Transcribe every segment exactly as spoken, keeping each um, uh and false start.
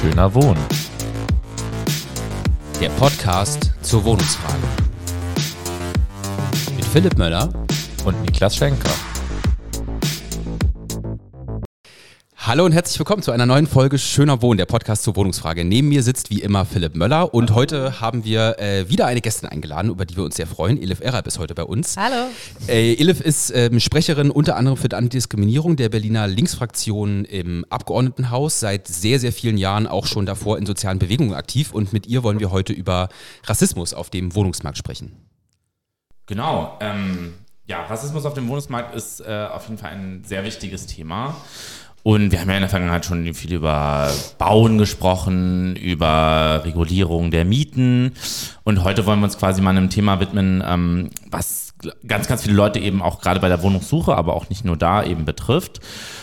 Schöner Wohnen. Der Podcast zur Wohnungsfrage. Mit Philipp Möller Und Niklas Schenker. Hallo und herzlich willkommen zu einer neuen Folge Schöner Wohnen, der Podcast zur Wohnungsfrage. Neben mir sitzt wie immer Philipp Möller und heute haben wir äh, wieder eine Gästin eingeladen, über die wir uns sehr freuen. Elif Eralp ist heute bei uns. Hallo. Äh, Elif ist ähm, Sprecherin unter anderem für die Antidiskriminierung der Berliner Linksfraktion im Abgeordnetenhaus, seit sehr, sehr vielen Jahren auch schon davor in sozialen Bewegungen aktiv und mit ihr wollen wir heute über Rassismus auf dem Wohnungsmarkt sprechen. Genau, ähm, ja, Rassismus auf dem Wohnungsmarkt ist äh, auf jeden Fall ein sehr wichtiges Thema. Und wir haben ja in der Vergangenheit schon viel über Bauen gesprochen, über Regulierung der Mieten. Und heute wollen wir uns quasi mal einem Thema widmen, ähm, was ganz, ganz viele Leute eben auch gerade bei der Wohnungssuche, aber auch nicht nur da eben betrifft.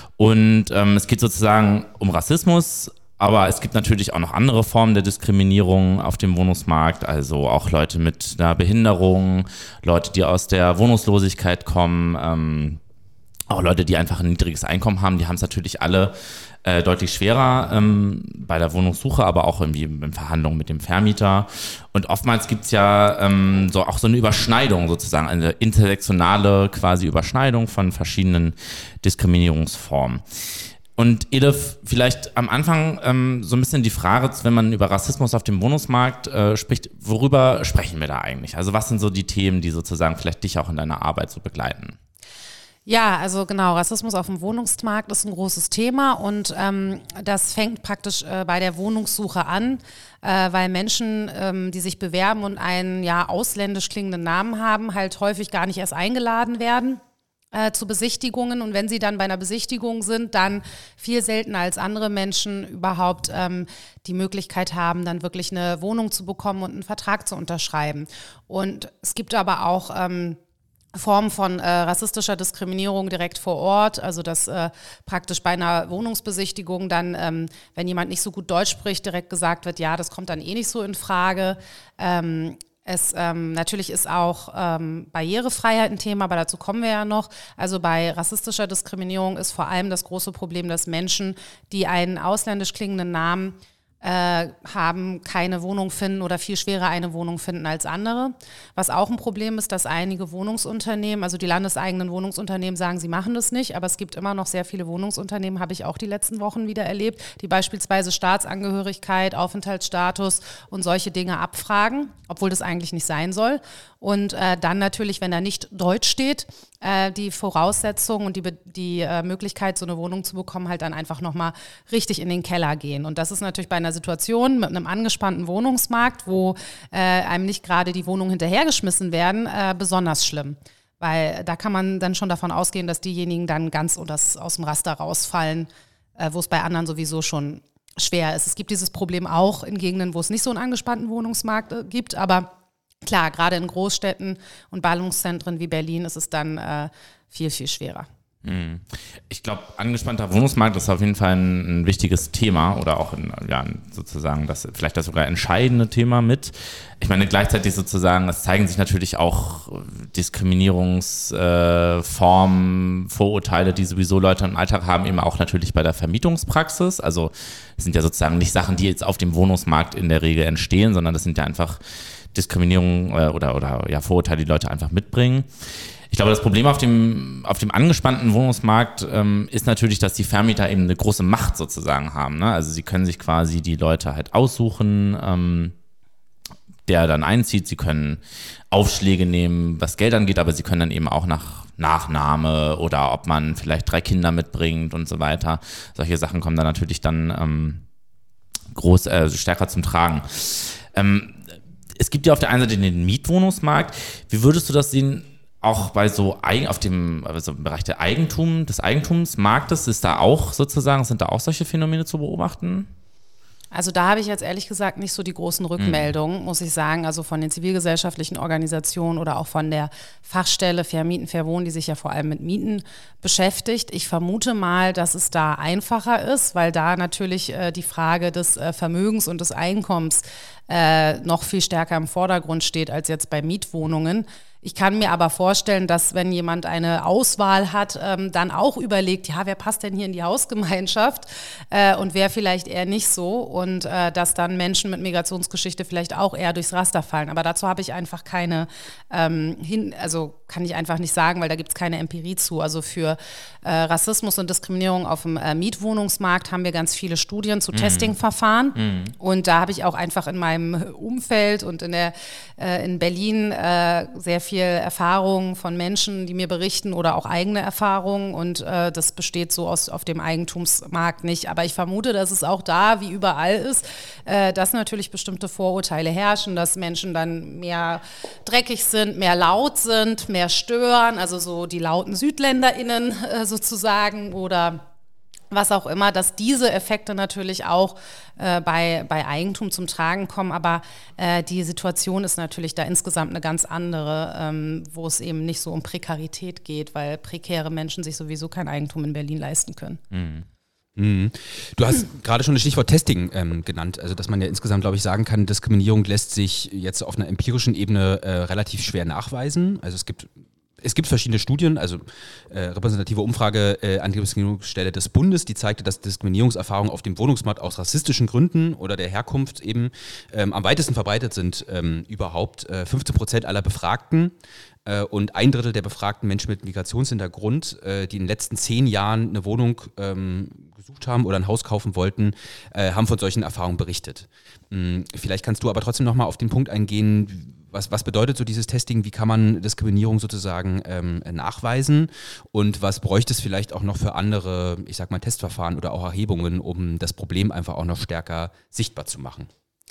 Und ähm, es geht sozusagen um Rassismus, aber es gibt natürlich auch noch andere Formen der Diskriminierung auf dem Wohnungsmarkt. Also auch Leute mit einer Behinderung, Leute, die aus der Wohnungslosigkeit kommen, ähm, auch Leute, die einfach ein niedriges Einkommen haben, die haben es natürlich alle äh, deutlich schwerer ähm, bei der Wohnungssuche, aber auch irgendwie in Verhandlungen mit dem Vermieter. Und oftmals gibt es ja ähm, so auch so eine Überschneidung sozusagen, eine intersektionale quasi Überschneidung von verschiedenen Diskriminierungsformen. Und Elif, vielleicht am Anfang ähm, so ein bisschen die Frage, wenn man über Rassismus auf dem Wohnungsmarkt äh, spricht, worüber sprechen wir da eigentlich? Also was sind so die Themen, die sozusagen vielleicht dich auch in deiner Arbeit so begleiten? Ja, also genau, Rassismus auf dem Wohnungsmarkt ist ein großes Thema und ähm, das fängt praktisch äh, bei der Wohnungssuche an, äh, weil Menschen, ähm, die sich bewerben und einen ja ausländisch klingenden Namen haben, halt häufig gar nicht erst eingeladen werden äh, zu Besichtigungen und wenn sie dann bei einer Besichtigung sind, dann viel seltener als andere Menschen überhaupt ähm, die Möglichkeit haben, dann wirklich eine Wohnung zu bekommen und einen Vertrag zu unterschreiben. Und es gibt aber auch ähm, Form von äh, rassistischer Diskriminierung direkt vor Ort, also dass äh, praktisch bei einer Wohnungsbesichtigung dann, ähm, wenn jemand nicht so gut Deutsch spricht, direkt gesagt wird, ja, das kommt dann eh nicht so in Frage. Ähm, es ähm, natürlich ist auch ähm, Barrierefreiheit ein Thema, aber dazu kommen wir ja noch. Also bei rassistischer Diskriminierung ist vor allem das große Problem, dass Menschen, die einen ausländisch klingenden Namen Äh, haben, keine Wohnung finden oder viel schwerer eine Wohnung finden als andere. Was auch ein Problem ist, dass einige Wohnungsunternehmen, also die landeseigenen Wohnungsunternehmen sagen, sie machen das nicht, aber es gibt immer noch sehr viele Wohnungsunternehmen, habe ich auch die letzten Wochen wieder erlebt, die beispielsweise Staatsangehörigkeit, Aufenthaltsstatus und solche Dinge abfragen, obwohl das eigentlich nicht sein soll. Und äh, dann natürlich, wenn da nicht Deutsch steht, äh, die Voraussetzungen und die, die äh, Möglichkeit, so eine Wohnung zu bekommen, halt dann einfach nochmal richtig in den Keller gehen. Und das ist natürlich bei einer Situation mit einem angespannten Wohnungsmarkt, wo äh, einem nicht gerade die Wohnungen hinterhergeschmissen werden, äh, besonders schlimm. Weil da kann man dann schon davon ausgehen, dass diejenigen dann ganz das, aus dem Raster rausfallen, äh, wo es bei anderen sowieso schon schwer ist. Es gibt dieses Problem auch in Gegenden, wo es nicht so einen angespannten Wohnungsmarkt äh, gibt, aber klar, gerade in Großstädten und Ballungszentren wie Berlin ist es dann äh, viel, viel schwerer. Ich glaube, angespannter Wohnungsmarkt ist auf jeden Fall ein, ein wichtiges Thema oder auch ein, ja, sozusagen das, vielleicht das sogar entscheidende Thema mit. Ich meine, gleichzeitig sozusagen, es zeigen sich natürlich auch Diskriminierungsformen, äh, Vorurteile, die sowieso Leute im Alltag haben, eben auch natürlich bei der Vermietungspraxis. Also es sind ja sozusagen nicht Sachen, die jetzt auf dem Wohnungsmarkt in der Regel entstehen, sondern das sind ja einfach Diskriminierung äh, oder, oder ja, Vorurteile, die Leute einfach mitbringen. Ich glaube, das Problem auf dem, auf dem angespannten Wohnungsmarkt ähm, ist natürlich, dass die Vermieter eben eine große Macht sozusagen haben. Ne? Also sie können sich quasi die Leute halt aussuchen, ähm, der dann einzieht. Sie können Aufschläge nehmen, was Geld angeht, aber sie können dann eben auch nach Nachname oder ob man vielleicht drei Kinder mitbringt und so weiter. Solche Sachen kommen dann natürlich dann ähm, groß, äh, stärker zum Tragen. Ähm, es gibt ja auf der einen Seite den Mietwohnungsmarkt. Wie würdest du das sehen? Auch bei so auf dem also im Bereich der Eigentum, des Eigentumsmarktes ist da auch sozusagen, sind da auch solche Phänomene zu beobachten? Also da habe ich jetzt ehrlich gesagt nicht so die großen Rückmeldungen, mhm. muss ich sagen, also von den zivilgesellschaftlichen Organisationen oder auch von der Fachstelle Vermieten, Verwohnen, die sich ja vor allem mit Mieten beschäftigt. Ich vermute mal, dass es da einfacher ist, weil da natürlich äh, die Frage des äh, Vermögens und des Einkommens äh, noch viel stärker im Vordergrund steht als jetzt bei Mietwohnungen. Ich kann mir aber vorstellen, dass wenn jemand eine Auswahl hat, ähm, dann auch überlegt, ja, wer passt denn hier in die Hausgemeinschaft äh, und wer vielleicht eher nicht so und äh, dass dann Menschen mit Migrationsgeschichte vielleicht auch eher durchs Raster fallen. Aber dazu habe ich einfach keine, ähm, hin, also kann ich einfach nicht sagen, weil da gibt es keine Empirie zu. Also für äh, Rassismus und Diskriminierung auf dem äh, Mietwohnungsmarkt haben wir ganz viele Studien zu mhm. Testingverfahren mhm. und da habe ich auch einfach in meinem Umfeld und in, der, äh, in Berlin äh, sehr viel viel Erfahrung von Menschen, die mir berichten oder auch eigene Erfahrungen und äh, das besteht so aus, auf dem Eigentumsmarkt nicht. Aber ich vermute, dass es auch da, wie überall ist, äh, dass natürlich bestimmte Vorurteile herrschen, dass Menschen dann mehr dreckig sind, mehr laut sind, mehr stören, also so die lauten SüdländerInnen äh, sozusagen oder was auch immer, dass diese Effekte natürlich auch äh, bei, bei Eigentum zum Tragen kommen, aber äh, die Situation ist natürlich da insgesamt eine ganz andere, ähm, wo es eben nicht so um Prekarität geht, weil prekäre Menschen sich sowieso kein Eigentum in Berlin leisten können. Mhm. Mhm. Du hast gerade schon das Stichwort Testing ähm, genannt, also dass man ja insgesamt, glaube ich, sagen kann, Diskriminierung lässt sich jetzt auf einer empirischen Ebene äh, relativ schwer nachweisen, also es gibt Es gibt verschiedene Studien, also äh, repräsentative Umfrage äh, Antidiskriminierungsstelle des Bundes, die zeigte, dass Diskriminierungserfahrungen auf dem Wohnungsmarkt aus rassistischen Gründen oder der Herkunft eben ähm, am weitesten verbreitet sind ähm, überhaupt. Äh, fünfzehn Prozent aller Befragten äh, und ein Drittel der befragten Menschen mit Migrationshintergrund, äh, die in den letzten zehn Jahren eine Wohnung ähm, gesucht haben oder ein Haus kaufen wollten, äh, haben von solchen Erfahrungen berichtet. Hm, vielleicht kannst du aber trotzdem nochmal auf den Punkt eingehen, Was, was bedeutet so dieses Testing? Wie kann man Diskriminierung sozusagen ähm, nachweisen? Und was bräuchte es vielleicht auch noch für andere, ich sag mal, Testverfahren oder auch Erhebungen, um das Problem einfach auch noch stärker sichtbar zu machen?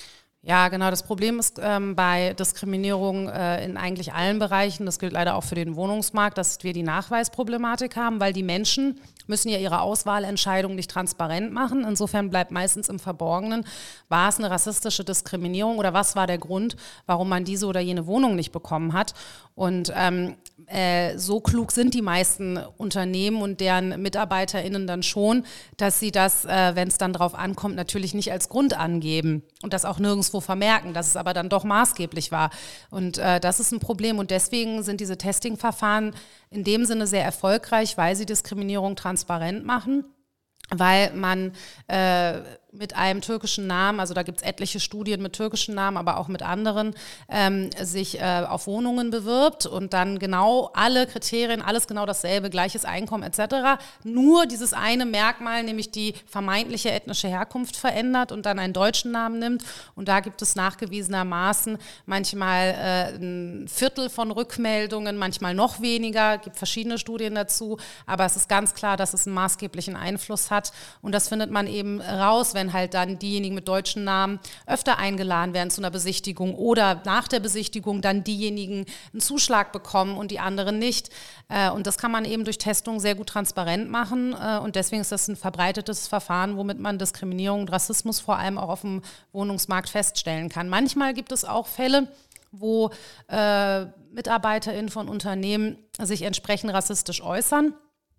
Ja, genau. Das Problem ist ähm, bei Diskriminierung äh, in eigentlich allen Bereichen, das gilt leider auch für den Wohnungsmarkt, dass wir die Nachweisproblematik haben, weil die Menschen müssen ja ihre Auswahlentscheidung nicht transparent machen. Insofern bleibt meistens im Verborgenen, war es eine rassistische Diskriminierung oder was war der Grund, warum man diese oder jene Wohnung nicht bekommen hat. Und ähm, äh, so klug sind die meisten Unternehmen und deren MitarbeiterInnen dann schon, dass sie das, äh, wenn es dann drauf ankommt, natürlich nicht als Grund angeben und das auch nirgendwo vermerken, dass es aber dann doch maßgeblich war. Und äh, das ist ein Problem und deswegen sind diese Testingverfahren in dem Sinne sehr erfolgreich, weil sie Diskriminierung transparent machen, weil man äh, mit einem türkischen Namen, also da gibt es etliche Studien mit türkischen Namen, aber auch mit anderen, ähm, sich äh, auf Wohnungen bewirbt und dann genau alle Kriterien, alles genau dasselbe, gleiches Einkommen et cetera. Nur dieses eine Merkmal, nämlich die vermeintliche ethnische Herkunft verändert und dann einen deutschen Namen nimmt. Und da gibt es nachgewiesenermaßen manchmal äh, ein Viertel von Rückmeldungen, manchmal noch weniger, gibt verschiedene Studien dazu, aber es ist ganz klar, dass es einen maßgeblichen Einfluss hat und das findet man eben raus, wenn wenn halt dann diejenigen mit deutschen Namen öfter eingeladen werden zu einer Besichtigung oder nach der Besichtigung dann diejenigen einen Zuschlag bekommen und die anderen nicht. Und das kann man eben durch Testung sehr gut transparent machen und deswegen ist das ein verbreitetes Verfahren, womit man Diskriminierung und Rassismus vor allem auch auf dem Wohnungsmarkt feststellen kann. Manchmal gibt es auch Fälle, wo äh, MitarbeiterInnen von Unternehmen sich entsprechend rassistisch äußern.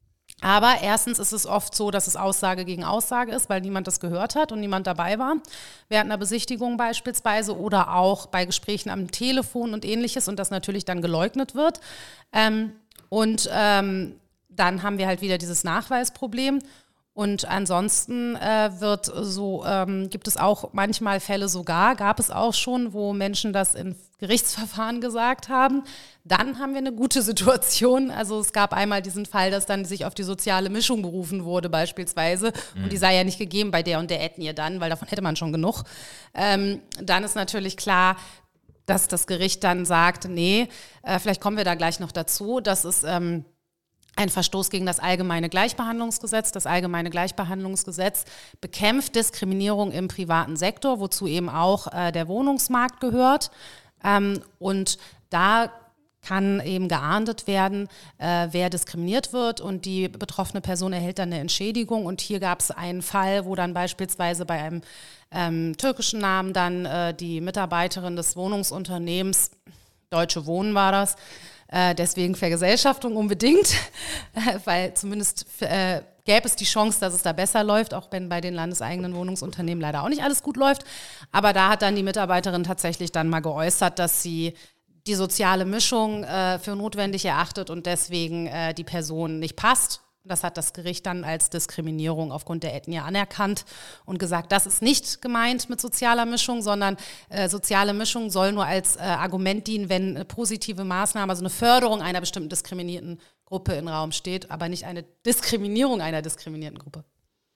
Aber erstens ist es oft so, dass es Aussage gegen Aussage ist, weil niemand das gehört hat und niemand dabei war, während einer Besichtigung beispielsweise oder auch bei Gesprächen am Telefon und ähnliches und das natürlich dann geleugnet wird. Ähm, und ähm, dann haben wir halt wieder dieses Nachweisproblem. Und ansonsten äh, wird so, ähm, gibt es auch manchmal Fälle sogar, gab es auch schon, wo Menschen das in Gerichtsverfahren gesagt haben. Dann haben wir eine gute Situation. Also es gab einmal diesen Fall, dass dann sich auf die soziale Mischung berufen wurde beispielsweise. Mhm. Und die sei ja nicht gegeben bei der und der Ethnie dann, weil davon hätte man schon genug. Ähm, dann ist natürlich klar, dass das Gericht dann sagt, nee, äh, vielleicht kommen wir da gleich noch dazu, dass es ähm, ein Verstoß gegen das Allgemeine Gleichbehandlungsgesetz. Das Allgemeine Gleichbehandlungsgesetz bekämpft Diskriminierung im privaten Sektor, wozu eben auch äh, der Wohnungsmarkt gehört. Ähm, und da kann eben geahndet werden, äh, wer diskriminiert wird und die betroffene Person erhält dann eine Entschädigung. Und hier gab es einen Fall, wo dann beispielsweise bei einem ähm, türkischen Namen dann äh, die Mitarbeiterin des Wohnungsunternehmens, Deutsche Wohnen war das, Äh, deswegen Vergesellschaftung unbedingt, äh, weil zumindest äh, gäbe es die Chance, dass es da besser läuft, auch wenn bei den landeseigenen Wohnungsunternehmen leider auch nicht alles gut läuft. Aber da hat dann die Mitarbeiterin tatsächlich dann mal geäußert, dass sie die soziale Mischung äh, für notwendig erachtet und deswegen äh, die Person nicht passt. Das hat das Gericht dann als Diskriminierung aufgrund der Ethnie anerkannt und gesagt, das ist nicht gemeint mit sozialer Mischung, sondern äh, soziale Mischung soll nur als äh, Argument dienen, wenn eine positive Maßnahme, also eine Förderung einer bestimmten diskriminierten Gruppe im Raum steht, aber nicht eine Diskriminierung einer diskriminierten Gruppe.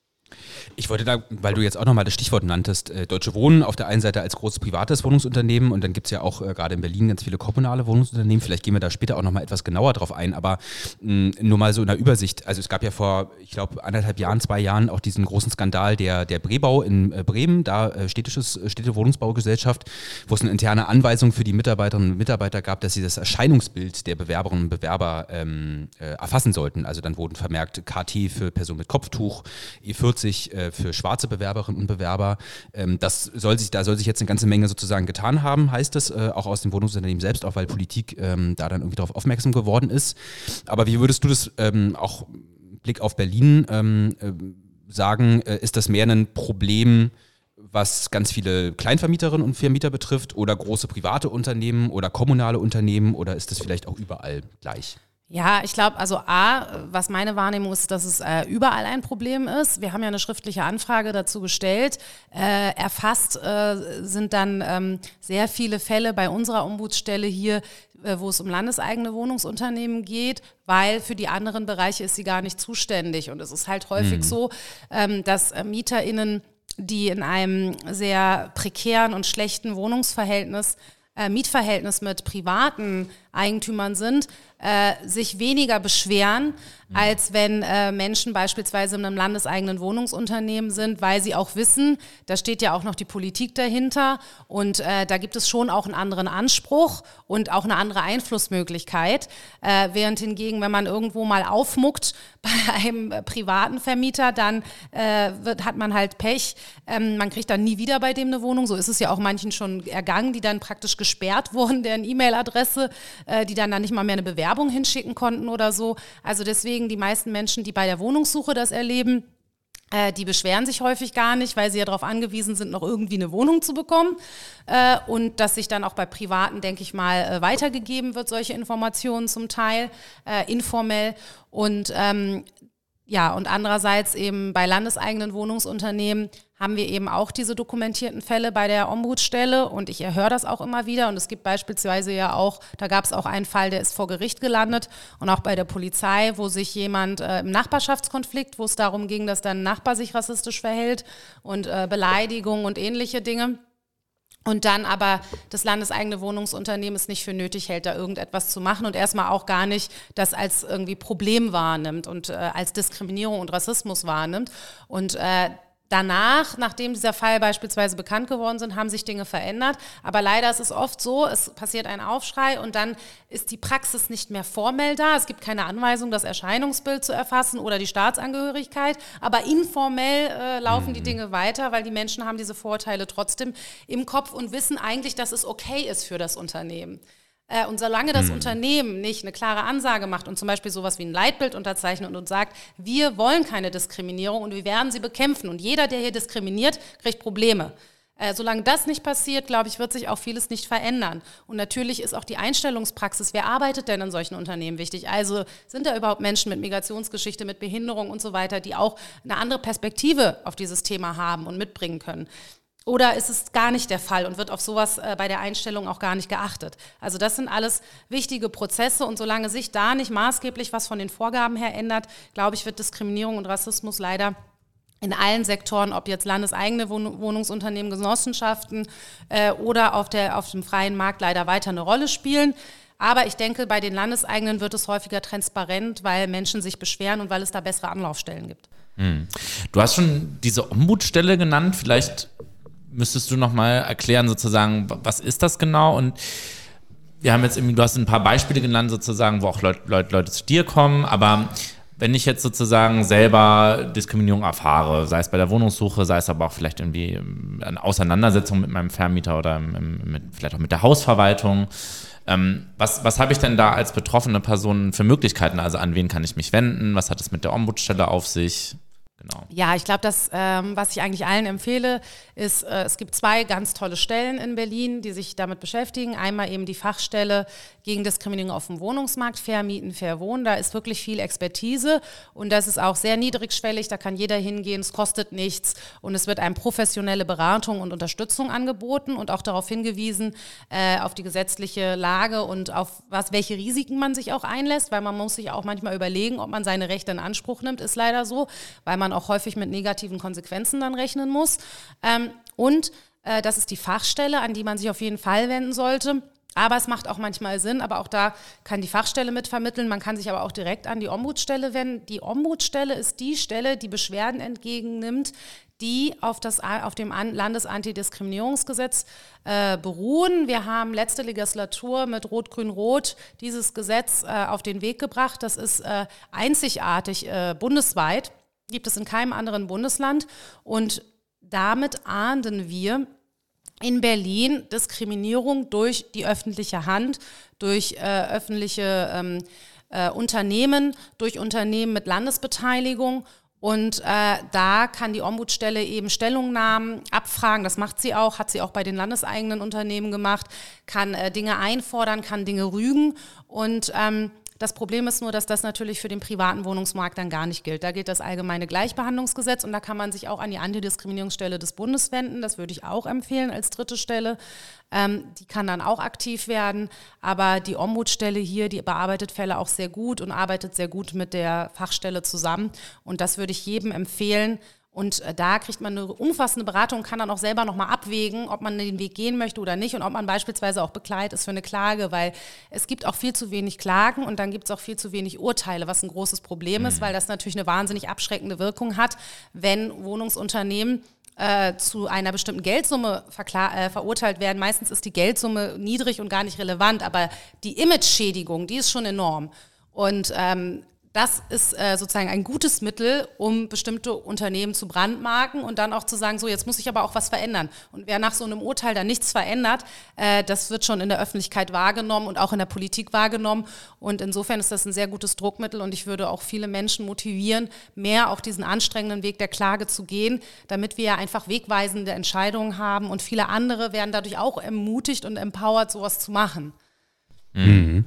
Ich wollte da, weil du jetzt auch nochmal das Stichwort nanntest, äh, Deutsche Wohnen auf der einen Seite als großes privates Wohnungsunternehmen und dann gibt es ja auch äh, gerade in Berlin ganz viele kommunale Wohnungsunternehmen, vielleicht gehen wir da später auch nochmal etwas genauer drauf ein, aber mh, nur mal so in der Übersicht, also es gab ja vor, ich glaube, anderthalb Jahren, zwei Jahren auch diesen großen Skandal der, der Brebau in äh, Bremen, da äh, städtisches, Städte Wohnungsbaugesellschaft, wo es eine interne Anweisung für die Mitarbeiterinnen und Mitarbeiter gab, dass sie das Erscheinungsbild der Bewerberinnen und Bewerber ähm, äh, erfassen sollten. Also dann wurden vermerkt K T für Personen mit Kopftuch, E vierzig für schwarze Bewerberinnen und Bewerber. Das soll sich, da soll sich jetzt eine ganze Menge sozusagen getan haben, heißt es, auch aus dem Wohnungsunternehmen selbst, auch weil Politik ähm, da dann irgendwie darauf aufmerksam geworden ist. Aber wie würdest du das ähm, auch mit Blick auf Berlin ähm, äh, sagen, äh, ist das mehr ein Problem, was ganz viele Kleinvermieterinnen und Vermieter betrifft oder große private Unternehmen oder kommunale Unternehmen oder ist das vielleicht auch überall gleich? Ja, ich glaube, also A, was meine Wahrnehmung ist, dass es äh, überall ein Problem ist. Wir haben ja eine schriftliche Anfrage dazu gestellt. Äh, erfasst äh, sind dann ähm, sehr viele Fälle bei unserer Ombudsstelle hier, äh, wo es um landeseigene Wohnungsunternehmen geht, weil für die anderen Bereiche ist sie gar nicht zuständig. Und es ist halt häufig mhm. so, ähm, dass äh, MieterInnen, die in einem sehr prekären und schlechten Wohnungsverhältnis Äh, Mietverhältnis mit privaten Eigentümern sind, äh, sich weniger beschweren, mhm. als wenn äh, Menschen beispielsweise in einem landeseigenen Wohnungsunternehmen sind, weil sie auch wissen, da steht ja auch noch die Politik dahinter und äh, da gibt es schon auch einen anderen Anspruch und auch eine andere Einflussmöglichkeit, äh, während hingegen, wenn man irgendwo mal aufmuckt bei einem äh, privaten Vermieter, dann äh, wird, hat man halt Pech, ähm, man kriegt dann nie wieder bei dem eine Wohnung, so ist es ja auch manchen schon ergangen, die dann praktisch gesperrt wurden, deren E-Mail-Adresse, äh, die dann, dann nicht mal mehr eine Bewerbung hinschicken konnten oder so. Also deswegen die meisten Menschen, die bei der Wohnungssuche das erleben, äh, die beschweren sich häufig gar nicht, weil sie ja darauf angewiesen sind, noch irgendwie eine Wohnung zu bekommen. Äh, und dass sich dann auch bei Privaten, denke ich mal, äh, weitergegeben wird, solche Informationen zum Teil, äh, informell. Und ähm, ja, und andererseits eben bei landeseigenen Wohnungsunternehmen haben wir eben auch diese dokumentierten Fälle bei der Ombudsstelle und ich höre das auch immer wieder und es gibt beispielsweise ja auch, da gab es auch einen Fall, der ist vor Gericht gelandet und auch bei der Polizei, wo sich jemand äh, im Nachbarschaftskonflikt, wo es darum ging, dass dann ein Nachbar sich rassistisch verhält und äh, Beleidigung und ähnliche Dinge. Und dann aber das landeseigene Wohnungsunternehmen es nicht für nötig hält, da irgendetwas zu machen und erstmal auch gar nicht das als irgendwie Problem wahrnimmt und äh, als Diskriminierung und Rassismus wahrnimmt. Und äh, danach, nachdem dieser Fall beispielsweise bekannt geworden sind, haben sich Dinge verändert. Aber leider ist es oft so, es passiert ein Aufschrei und dann ist die Praxis nicht mehr formell da. Es gibt keine Anweisung, das Erscheinungsbild zu erfassen oder die Staatsangehörigkeit. Aber informell äh, laufen mhm. die Dinge weiter, weil die Menschen haben diese Vorurteile trotzdem im Kopf und wissen eigentlich, dass es okay ist für das Unternehmen. Äh, und solange das mhm. Unternehmen nicht eine klare Ansage macht und zum Beispiel sowas wie ein Leitbild unterzeichnet und uns sagt, wir wollen keine Diskriminierung und wir werden sie bekämpfen und jeder, der hier diskriminiert, kriegt Probleme. Äh, solange das nicht passiert, glaube ich, wird sich auch vieles nicht verändern. Und natürlich ist auch die Einstellungspraxis, wer arbeitet denn in solchen Unternehmen, wichtig. Also sind da überhaupt Menschen mit Migrationsgeschichte, mit Behinderung und so weiter, die auch eine andere Perspektive auf dieses Thema haben und mitbringen können. Oder ist es gar nicht der Fall und wird auf sowas äh, bei der Einstellung auch gar nicht geachtet? Also das sind alles wichtige Prozesse und solange sich da nicht maßgeblich was von den Vorgaben her ändert, glaube ich, wird Diskriminierung und Rassismus leider in allen Sektoren, ob jetzt landeseigene Wohn- Wohnungsunternehmen, Genossenschaften äh, oder auf, der, auf dem freien Markt leider weiter eine Rolle spielen. Aber ich denke, bei den Landeseigenen wird es häufiger transparent, weil Menschen sich beschweren und weil es da bessere Anlaufstellen gibt. Hm. Du hast schon diese Ombudsstelle genannt, vielleicht müsstest du noch mal erklären, sozusagen, was ist das genau? Und wir haben jetzt irgendwie, du hast ein paar Beispiele genannt, sozusagen, wo auch Leute, Leute, Leute zu dir kommen, aber wenn ich jetzt sozusagen selber Diskriminierung erfahre, sei es bei der Wohnungssuche, sei es aber auch vielleicht irgendwie eine Auseinandersetzung mit meinem Vermieter oder mit, vielleicht auch mit der Hausverwaltung, ähm, was, was habe ich denn da als betroffene Person für Möglichkeiten? Also an wen kann ich mich wenden? Was hat es mit der Ombudsstelle auf sich? Genau. Ja, ich glaube, das, ähm, was ich eigentlich allen empfehle, ist, äh, es gibt zwei ganz tolle Stellen in Berlin, die sich damit beschäftigen. Einmal eben die Fachstelle gegen Diskriminierung auf dem Wohnungsmarkt, Fair Mieten, Fair Wohnen. Da ist wirklich viel Expertise und das ist auch sehr niedrigschwellig. Da kann jeder hingehen, es kostet nichts und es wird einem professionelle Beratung und Unterstützung angeboten und auch darauf hingewiesen, äh, auf die gesetzliche Lage und auf was, welche Risiken man sich auch einlässt, weil man muss sich auch manchmal überlegen, ob man seine Rechte in Anspruch nimmt, ist leider so, weil man auch häufig mit negativen Konsequenzen dann rechnen muss. Ähm, und äh, das ist die Fachstelle, an die man sich auf jeden Fall wenden sollte. Aber es macht auch manchmal Sinn, aber auch da kann die Fachstelle mitvermitteln. Man kann sich aber auch direkt an die Ombudsstelle wenden. Die Ombudsstelle ist die Stelle, die Beschwerden entgegennimmt, die auf, das, auf dem Landesantidiskriminierungsgesetz äh, beruhen. Wir haben letzte Legislatur mit Rot-Grün-Rot dieses Gesetz äh, auf den Weg gebracht. Das ist äh, einzigartig äh, bundesweit. Gibt es in keinem anderen Bundesland und damit ahnden wir in Berlin Diskriminierung durch die öffentliche Hand, durch äh, öffentliche ähm, äh, Unternehmen, durch Unternehmen mit Landesbeteiligung und äh, da kann die Ombudsstelle eben Stellungnahmen abfragen, das macht sie auch, hat sie auch bei den landeseigenen Unternehmen gemacht, kann äh, Dinge einfordern, kann Dinge rügen und ähm, das Problem ist nur, dass das natürlich für den privaten Wohnungsmarkt dann gar nicht gilt. Da gilt das allgemeine Gleichbehandlungsgesetz und da kann man sich auch an die Antidiskriminierungsstelle des Bundes wenden. Das würde ich auch empfehlen als dritte Stelle. Ähm, die kann dann auch aktiv werden. Aber die Ombudsstelle hier, die bearbeitet Fälle auch sehr gut und arbeitet sehr gut mit der Fachstelle zusammen. Und das würde ich jedem empfehlen. Und da kriegt man eine umfassende Beratung, kann dann auch selber nochmal abwägen, ob man den Weg gehen möchte oder nicht und ob man beispielsweise auch begleitet ist für eine Klage, weil es gibt auch viel zu wenig Klagen und dann gibt es auch viel zu wenig Urteile, was ein großes Problem mhm. ist, weil das natürlich eine wahnsinnig abschreckende Wirkung hat, wenn Wohnungsunternehmen äh, zu einer bestimmten Geldsumme verkla- äh, verurteilt werden. Meistens ist die Geldsumme niedrig und gar nicht relevant, aber die Image-Schädigung, die ist schon enorm. Und ähm, das ist äh, sozusagen ein gutes Mittel, um bestimmte Unternehmen zu brandmarken und dann auch zu sagen, so jetzt muss ich aber auch was verändern. Und wer nach so einem Urteil dann nichts verändert, äh, das wird schon in der Öffentlichkeit wahrgenommen und auch in der Politik wahrgenommen. Und insofern ist das ein sehr gutes Druckmittel und ich würde auch viele Menschen motivieren, mehr auf diesen anstrengenden Weg der Klage zu gehen, damit wir ja einfach wegweisende Entscheidungen haben und viele andere werden dadurch auch ermutigt und empowert, sowas zu machen. Mhm.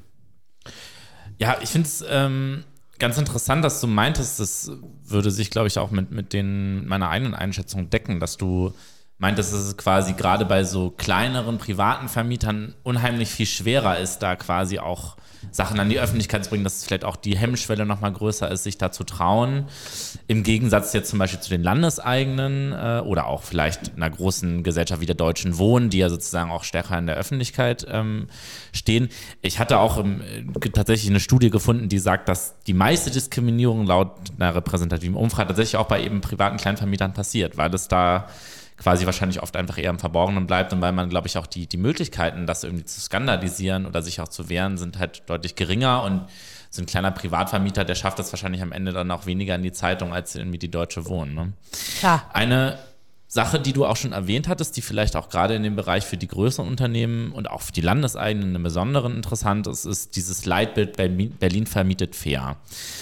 Ja, ich finde es ähm ganz interessant, dass du meintest, das würde sich, glaube ich, auch mit, mit den, meiner eigenen Einschätzung decken, dass du meintest, dass es quasi gerade bei so kleineren privaten Vermietern unheimlich viel schwerer ist, da quasi auch Sachen an die Öffentlichkeit zu bringen, dass vielleicht auch die Hemmschwelle nochmal größer ist, sich da zu trauen. Im Gegensatz jetzt zum Beispiel zu den landeseigenen äh, oder auch vielleicht einer großen Gesellschaft wie der Deutschen Wohnen, die ja sozusagen auch stärker in der Öffentlichkeit ähm, stehen. Ich hatte auch im, äh, tatsächlich eine Studie gefunden, die sagt, dass die meiste Diskriminierung laut einer repräsentativen Umfrage tatsächlich auch bei eben privaten Kleinvermietern passiert, weil es da quasi wahrscheinlich oft einfach eher im Verborgenen bleibt und weil man, glaube ich, auch die, die Möglichkeiten, das irgendwie zu skandalisieren oder sich auch zu wehren, sind halt deutlich geringer und so ein kleiner Privatvermieter, der schafft das wahrscheinlich am Ende dann auch weniger in die Zeitung als irgendwie die Deutsche Wohnen. Ne? Klar. Eine Sache, die du auch schon erwähnt hattest, die vielleicht auch gerade in dem Bereich für die größeren Unternehmen und auch für die Landeseigenen im Besonderen interessant ist, ist dieses Leitbild Berlin vermietet fair.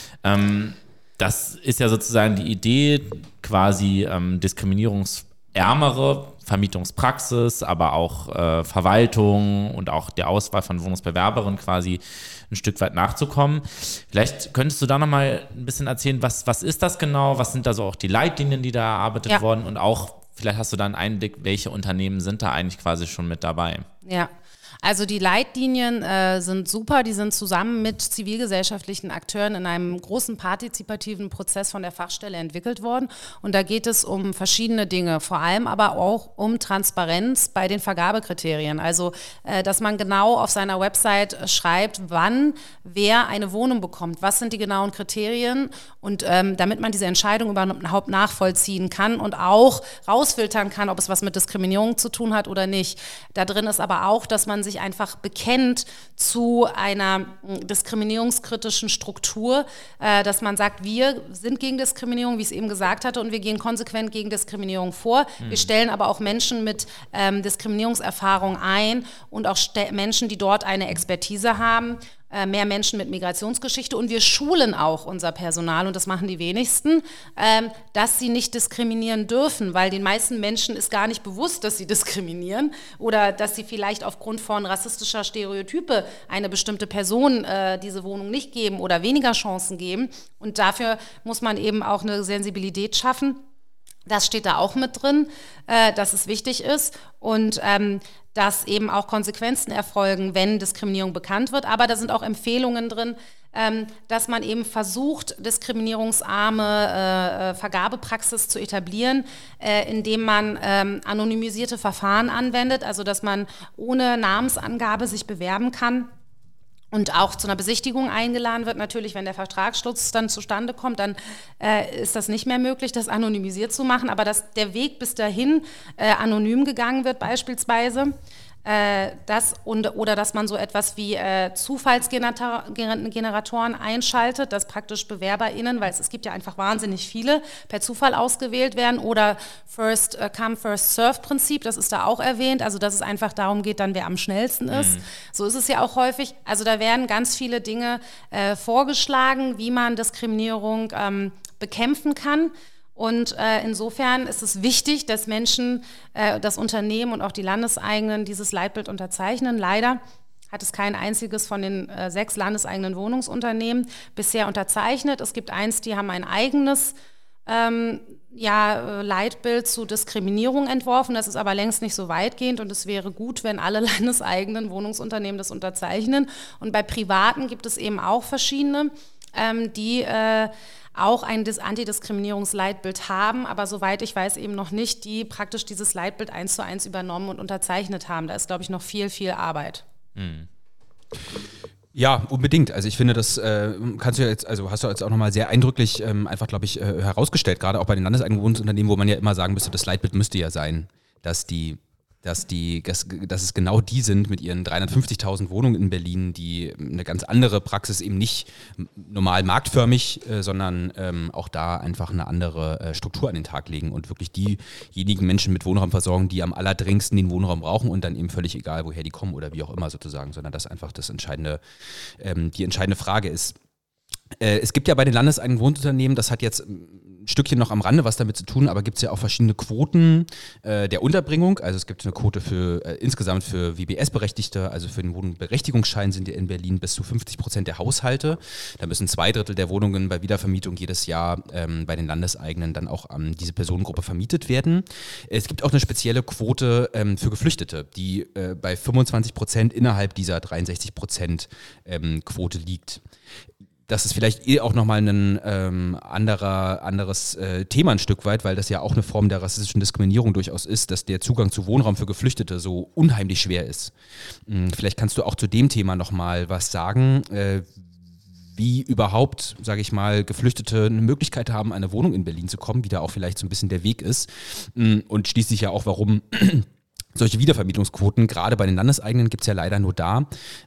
Ähm, das ist ja sozusagen die Idee, quasi ähm, Diskriminierungs ärmere Vermietungspraxis, aber auch äh, Verwaltung und auch der Auswahl von Wohnungsbewerberinnen quasi ein Stück weit nachzukommen. Vielleicht könntest du da nochmal ein bisschen erzählen, was, was ist das genau, was sind da so auch die Leitlinien, die da erarbeitet ja. wurden und auch vielleicht hast du da einen Einblick, welche Unternehmen sind da eigentlich quasi schon mit dabei? Ja. Also die Leitlinien äh, sind super, die sind zusammen mit zivilgesellschaftlichen Akteuren in einem großen partizipativen Prozess von der Fachstelle entwickelt worden und da geht es um verschiedene Dinge, vor allem aber auch um Transparenz bei den Vergabekriterien, also äh, dass man genau auf seiner Website schreibt, wann wer eine Wohnung bekommt, was sind die genauen Kriterien und ähm, damit man diese Entscheidung überhaupt nachvollziehen kann und auch rausfiltern kann, ob es was mit Diskriminierung zu tun hat oder nicht. Da drin ist aber auch, dass man sich einfach bekennt zu einer diskriminierungskritischen Struktur, äh, dass man sagt, wir sind gegen Diskriminierung, wie ich es eben gesagt hatte, und wir gehen konsequent gegen Diskriminierung vor. Mhm. Wir stellen aber auch Menschen mit ähm, Diskriminierungserfahrung ein und auch St- Menschen, die dort eine Expertise haben. äh, mehr Menschen mit Migrationsgeschichte und wir schulen auch unser Personal, und das machen die wenigsten, ähm, dass sie nicht diskriminieren dürfen, weil den meisten Menschen ist gar nicht bewusst, dass sie diskriminieren oder dass sie vielleicht aufgrund von rassistischer Stereotype eine bestimmte Person äh, diese Wohnung nicht geben oder weniger Chancen geben, und dafür muss man eben auch eine Sensibilität schaffen. Das steht da auch mit drin, äh, dass es wichtig ist und ähm, dass eben auch Konsequenzen erfolgen, wenn Diskriminierung bekannt wird. Aber da sind auch Empfehlungen drin, ähm, dass man eben versucht, diskriminierungsarme äh, Vergabepraxis zu etablieren, äh, indem man ähm, anonymisierte Verfahren anwendet, also dass man ohne Namensangabe sich bewerben kann. Und auch zu einer Besichtigung eingeladen wird. Natürlich, wenn der Vertragsschluss dann zustande kommt, dann äh, ist das nicht mehr möglich, das anonymisiert zu machen. Aber dass der Weg bis dahin äh, anonym gegangen wird beispielsweise, äh, das und, oder dass man so etwas wie äh, Zufallsgeneratoren einschaltet, dass praktisch BewerberInnen, weil es, es gibt ja einfach wahnsinnig viele, per Zufall ausgewählt werden, oder First Come, First Serve Prinzip, das ist da auch erwähnt, also dass es einfach darum geht, dann wer am schnellsten ist. Mhm. So ist es ja auch häufig. Also da werden ganz viele Dinge äh, vorgeschlagen, wie man Diskriminierung ähm, bekämpfen kann. Und äh, insofern ist es wichtig, dass Menschen, äh, das Unternehmen und auch die Landeseigenen dieses Leitbild unterzeichnen. Leider hat es kein einziges von den äh, sechs landeseigenen Wohnungsunternehmen bisher unterzeichnet. Es gibt eins, die haben ein eigenes ähm, ja, Leitbild zu Diskriminierung entworfen. Das ist aber längst nicht so weitgehend, und es wäre gut, wenn alle landeseigenen Wohnungsunternehmen das unterzeichnen. Und bei Privaten gibt es eben auch verschiedene, ähm, die äh, auch ein Antidiskriminierungsleitbild haben, aber soweit ich weiß eben noch nicht, die praktisch dieses Leitbild eins zu eins übernommen und unterzeichnet haben. Da ist, glaube ich, noch viel, viel Arbeit. Hm. Ja, unbedingt. Also ich finde, das äh, kannst du jetzt, also hast du jetzt auch nochmal sehr eindrücklich ähm, einfach, glaube ich, äh, herausgestellt, gerade auch bei den landeseigenen Wohnungsunternehmen, wo man ja immer sagen müsste, das Leitbild müsste ja sein, dass die Dass, die, dass, dass es genau die sind mit ihren dreihundertfünfzigtausend Wohnungen in Berlin, die eine ganz andere Praxis, eben nicht normal marktförmig, äh, sondern ähm, auch da einfach eine andere äh, Struktur an den Tag legen und wirklich diejenigen Menschen mit Wohnraum versorgen, die am allerdringendsten den Wohnraum brauchen, und dann eben völlig egal, woher die kommen oder wie auch immer sozusagen, sondern das einfach das entscheidende, ähm, die entscheidende Frage ist. Äh, es gibt ja bei den landeseigenen Wohnunternehmen, das hat jetzt ein Stückchen noch am Rande was damit zu tun, aber gibt es ja auch verschiedene Quoten äh, der Unterbringung. Also es gibt eine Quote für äh, insgesamt für W B S-Berechtigte, also für den Wohnberechtigungsschein sind ja in Berlin bis zu fünfzig Prozent der Haushalte. Da müssen zwei Drittel der Wohnungen bei Wiedervermietung jedes Jahr ähm, bei den Landeseigenen dann auch an ähm, diese Personengruppe vermietet werden. Es gibt auch eine spezielle Quote ähm, für Geflüchtete, die äh, bei fünfundzwanzig Prozent innerhalb dieser dreiundsechzig Prozent ähm, Quote liegt. Das ist vielleicht eh auch nochmal ein ähm, anderer, anderes äh, Thema ein Stück weit, weil das ja auch eine Form der rassistischen Diskriminierung durchaus ist, dass der Zugang zu Wohnraum für Geflüchtete so unheimlich schwer ist. Hm, vielleicht kannst du auch zu dem Thema nochmal was sagen, äh, wie überhaupt, sage ich mal, Geflüchtete eine Möglichkeit haben, an eine Wohnung in Berlin zu kommen, wie da auch vielleicht so ein bisschen der Weg ist, hm, und schließlich ja auch, warum solche Wiedervermietungsquoten, gerade bei den Landeseigenen, gibt es ja leider nur da,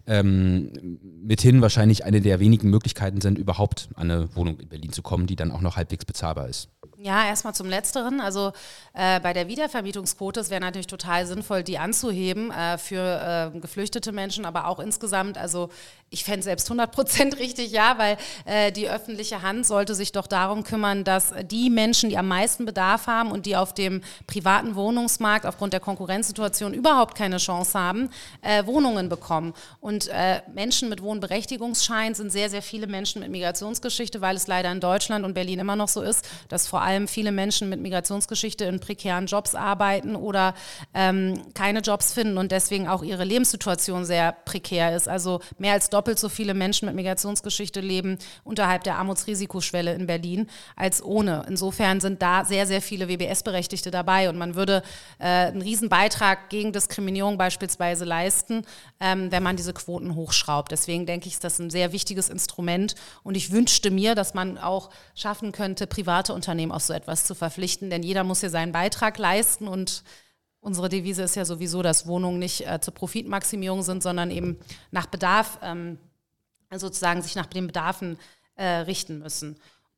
ähm, mithin wahrscheinlich eine der wenigen Möglichkeiten sind, überhaupt an eine Wohnung in Berlin zu kommen, die dann auch noch halbwegs bezahlbar ist. Ja, erstmal zum Letzteren. Also äh, bei der Wiedervermietungsquote, es wäre natürlich total sinnvoll, die anzuheben äh, für äh, geflüchtete Menschen, aber auch insgesamt. Also ich fände selbst hundert Prozent richtig, ja, weil äh, die öffentliche Hand sollte sich doch darum kümmern, dass die Menschen, die am meisten Bedarf haben und die auf dem privaten Wohnungsmarkt aufgrund der Konkurrenzsituation überhaupt keine Chance haben, äh, Wohnungen bekommen. Und äh, Menschen mit Wohnberechtigungsschein sind sehr, sehr viele Menschen mit Migrationsgeschichte, weil es leider in Deutschland und Berlin immer noch so ist, dass vor allem viele Menschen mit Migrationsgeschichte in prekären Jobs arbeiten oder ähm, keine Jobs finden und deswegen auch ihre Lebenssituation sehr prekär ist. Also mehr als doppelt so viele Menschen mit Migrationsgeschichte leben unterhalb der Armutsrisikoschwelle in Berlin als ohne. Insofern sind da sehr, sehr viele W B S-Berechtigte dabei und man würde äh, einen riesen Beitrag gegen Diskriminierung beispielsweise leisten, ähm, wenn man diese Quoten hochschraubt. Deswegen denke ich, ist das ein sehr wichtiges Instrument und ich wünschte mir, dass man auch schaffen könnte, private Unternehmen auf so etwas zu verpflichten, denn jeder muss hier seinen Beitrag leisten und unsere Devise ist ja sowieso, dass Wohnungen nicht äh, zur Profitmaximierung sind, sondern eben nach Bedarf, ähm, sozusagen sich nach den Bedarfen äh, richten müssen.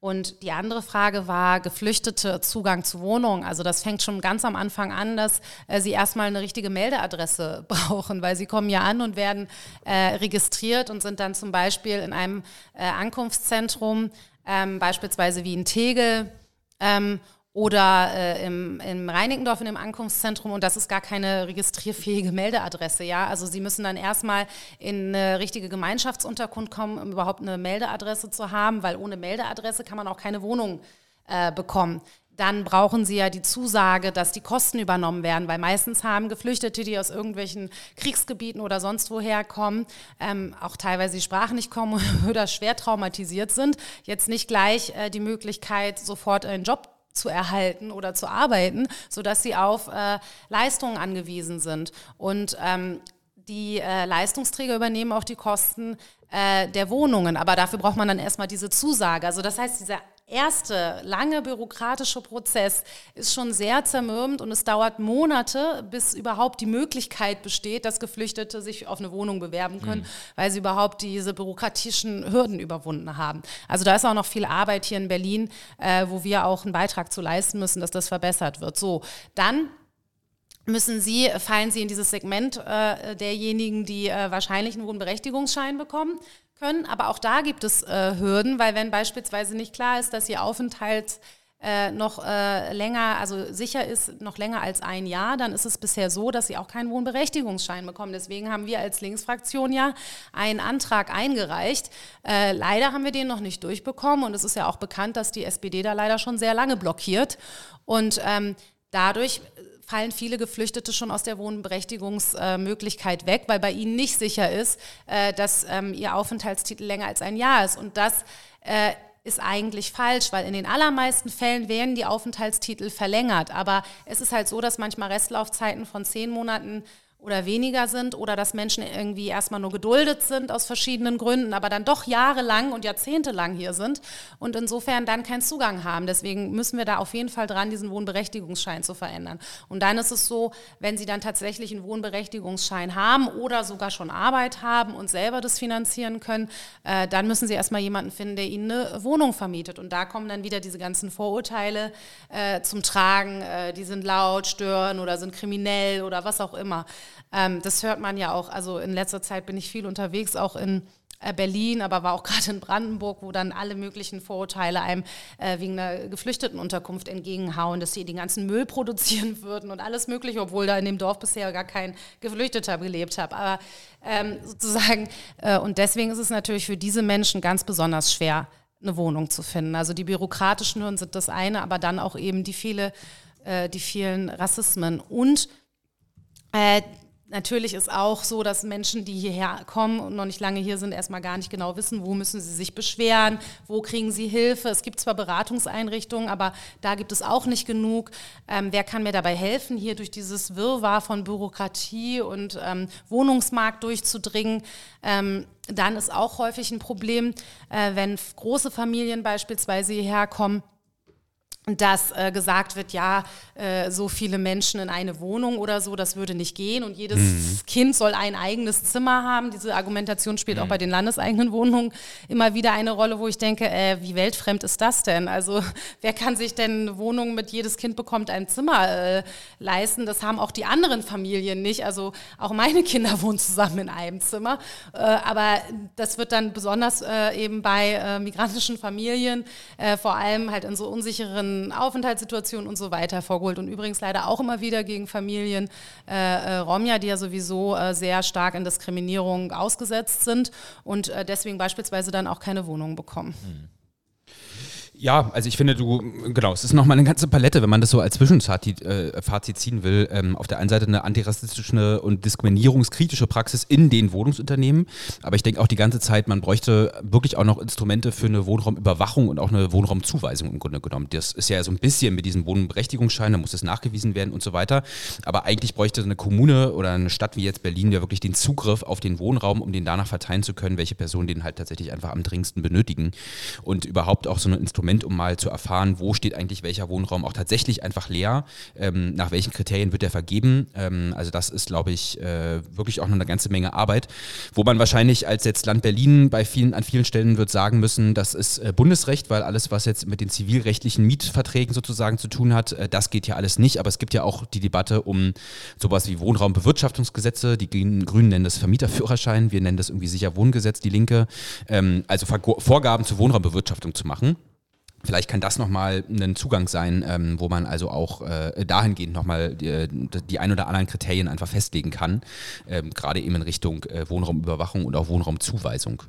Und die andere Frage war Geflüchtete Zugang zu Wohnungen. Also das fängt schon ganz am Anfang an, dass äh, sie erstmal eine richtige Meldeadresse brauchen, weil sie kommen ja an und werden äh, registriert und sind dann zum Beispiel in einem äh, Ankunftszentrum, ähm, beispielsweise wie in Tegel, ähm, oder äh, im, im Reinickendorf in dem Ankunftszentrum, und das ist gar keine registrierfähige Meldeadresse, ja. Also sie müssen dann erstmal in eine richtige Gemeinschaftsunterkunft kommen, um überhaupt eine Meldeadresse zu haben, weil ohne Meldeadresse kann man auch keine Wohnung äh, bekommen. Dann brauchen sie ja die Zusage, dass die Kosten übernommen werden, weil meistens haben Geflüchtete, die aus irgendwelchen Kriegsgebieten oder sonst woher kommen, ähm, auch teilweise die Sprache nicht kommen oder schwer traumatisiert sind, jetzt nicht gleich äh, die Möglichkeit, sofort einen Job zu erhalten oder zu arbeiten, sodass sie auf äh, Leistungen angewiesen sind. Und ähm, die äh, Leistungsträger übernehmen auch die Kosten äh, der Wohnungen, aber dafür braucht man dann erstmal diese Zusage. Also das heißt, dieser erste lange bürokratische Prozess ist schon sehr zermürbend und es dauert Monate, bis überhaupt die Möglichkeit besteht, dass Geflüchtete sich auf eine Wohnung bewerben können, mhm. weil sie überhaupt diese bürokratischen Hürden überwunden haben. Also da ist auch noch viel Arbeit hier in Berlin, äh, wo wir auch einen Beitrag zu leisten müssen, dass das verbessert wird. So, dann müssen Sie, fallen Sie in dieses Segment äh, derjenigen, die äh, wahrscheinlich einen Wohnberechtigungsschein bekommen können. Aber auch da gibt es äh, Hürden, weil wenn beispielsweise nicht klar ist, dass Ihr Aufenthalt äh, noch äh, länger, also sicher ist, noch länger als ein Jahr, dann ist es bisher so, dass Sie auch keinen Wohnberechtigungsschein bekommen. Deswegen haben wir als Linksfraktion ja einen Antrag eingereicht. Äh, leider haben wir den noch nicht durchbekommen und es ist ja auch bekannt, dass die S P D da leider schon sehr lange blockiert. Und ähm, dadurch fallen viele Geflüchtete schon aus der Wohnberechtigungsmöglichkeit weg, weil bei ihnen nicht sicher ist, äh, dass ähm, ihr Aufenthaltstitel länger als ein Jahr ist. Und das äh, ist eigentlich falsch, weil in den allermeisten Fällen werden die Aufenthaltstitel verlängert. Aber es ist halt so, dass manchmal Restlaufzeiten von zehn Monaten oder weniger sind oder dass Menschen irgendwie erstmal nur geduldet sind aus verschiedenen Gründen, aber dann doch jahrelang und jahrzehntelang hier sind und insofern dann keinen Zugang haben. Deswegen müssen wir da auf jeden Fall dran, diesen Wohnberechtigungsschein zu verändern. Und dann ist es so, wenn Sie dann tatsächlich einen Wohnberechtigungsschein haben oder sogar schon Arbeit haben und selber das finanzieren können, äh, dann müssen Sie erstmal jemanden finden, der Ihnen eine Wohnung vermietet. Und da kommen dann wieder diese ganzen Vorurteile äh, zum Tragen, äh, die sind laut, stören oder sind kriminell oder was auch immer. Ähm, das hört man ja auch, also in letzter Zeit bin ich viel unterwegs, auch in äh, Berlin, aber war auch gerade in Brandenburg, wo dann alle möglichen Vorurteile einem äh, wegen einer Geflüchtetenunterkunft entgegenhauen, dass sie den ganzen Müll produzieren würden und alles Mögliche, obwohl da in dem Dorf bisher gar kein Geflüchteter gelebt hat. Aber ähm, sozusagen, äh, und deswegen ist es natürlich für diese Menschen ganz besonders schwer, eine Wohnung zu finden. Also die bürokratischen Hürden sind das eine, aber dann auch eben die, viele, äh, die vielen Rassismen und äh, natürlich ist auch so, dass Menschen, die hierher kommen und noch nicht lange hier sind, erstmal gar nicht genau wissen, wo müssen sie sich beschweren, wo kriegen sie Hilfe. Es gibt zwar Beratungseinrichtungen, aber da gibt es auch nicht genug. Ähm, wer kann mir dabei helfen, hier durch dieses Wirrwarr von Bürokratie und ähm, Wohnungsmarkt durchzudringen? Ähm, dann ist auch häufig ein Problem, äh, wenn große Familien beispielsweise hierher kommen, dass äh, gesagt wird, ja, äh, so viele Menschen in eine Wohnung oder so, das würde nicht gehen und jedes mhm. Kind soll ein eigenes Zimmer haben. Diese Argumentation spielt mhm. auch bei den landeseigenen Wohnungen immer wieder eine Rolle, wo ich denke, äh, wie weltfremd ist das denn? Also wer kann sich denn eine Wohnung mit jedes Kind bekommt ein Zimmer äh, leisten? Das haben auch die anderen Familien nicht. Also auch meine Kinder wohnen zusammen in einem Zimmer. Äh, aber das wird dann besonders äh, eben bei äh, migrantischen Familien, äh, vor allem halt in so unsicheren Aufenthaltssituationen und so weiter hervorgeholt und übrigens leider auch immer wieder gegen Familien äh, äh, Romja, die ja sowieso äh, sehr stark in Diskriminierung ausgesetzt sind und äh, deswegen beispielsweise dann auch keine Wohnung bekommen. Mhm. Ja, also ich finde, du, genau, es ist nochmal eine ganze Palette, wenn man das so als Zwischenfazit äh, Fazit ziehen will. Ähm, auf der einen Seite eine antirassistische und diskriminierungskritische Praxis in den Wohnungsunternehmen, aber ich denke auch die ganze Zeit, man bräuchte wirklich auch noch Instrumente für eine Wohnraumüberwachung und auch eine Wohnraumzuweisung im Grunde genommen. Das ist ja so ein bisschen mit diesem Wohnberechtigungsschein, da muss es nachgewiesen werden und so weiter, aber eigentlich bräuchte eine Kommune oder eine Stadt wie jetzt Berlin ja wirklich den Zugriff auf den Wohnraum, um den danach verteilen zu können, welche Personen den halt tatsächlich einfach am dringendsten benötigen und überhaupt auch so ein Instrument Instrument, um mal zu erfahren, wo steht eigentlich welcher Wohnraum auch tatsächlich einfach leer, ähm, nach welchen Kriterien wird der vergeben. Ähm, also das ist, glaube ich, äh, wirklich auch noch eine ganze Menge Arbeit, wo man wahrscheinlich als jetzt Land Berlin bei vielen, an vielen Stellen wird sagen müssen, das ist äh, Bundesrecht, weil alles, was jetzt mit den zivilrechtlichen Mietverträgen sozusagen zu tun hat, äh, das geht ja alles nicht, aber es gibt ja auch die Debatte um sowas wie Wohnraumbewirtschaftungsgesetze, die Grünen nennen das Vermieterführerschein, wir nennen das irgendwie sicher Wohngesetz, die Linke, ähm, also Ver- Vorgaben zur Wohnraumbewirtschaftung zu machen. Vielleicht kann das nochmal ein Zugang sein, ähm, wo man also auch äh, dahingehend nochmal die, die ein oder anderen Kriterien einfach festlegen kann, ähm, gerade eben in Richtung äh, Wohnraumüberwachung und auch Wohnraumzuweisung.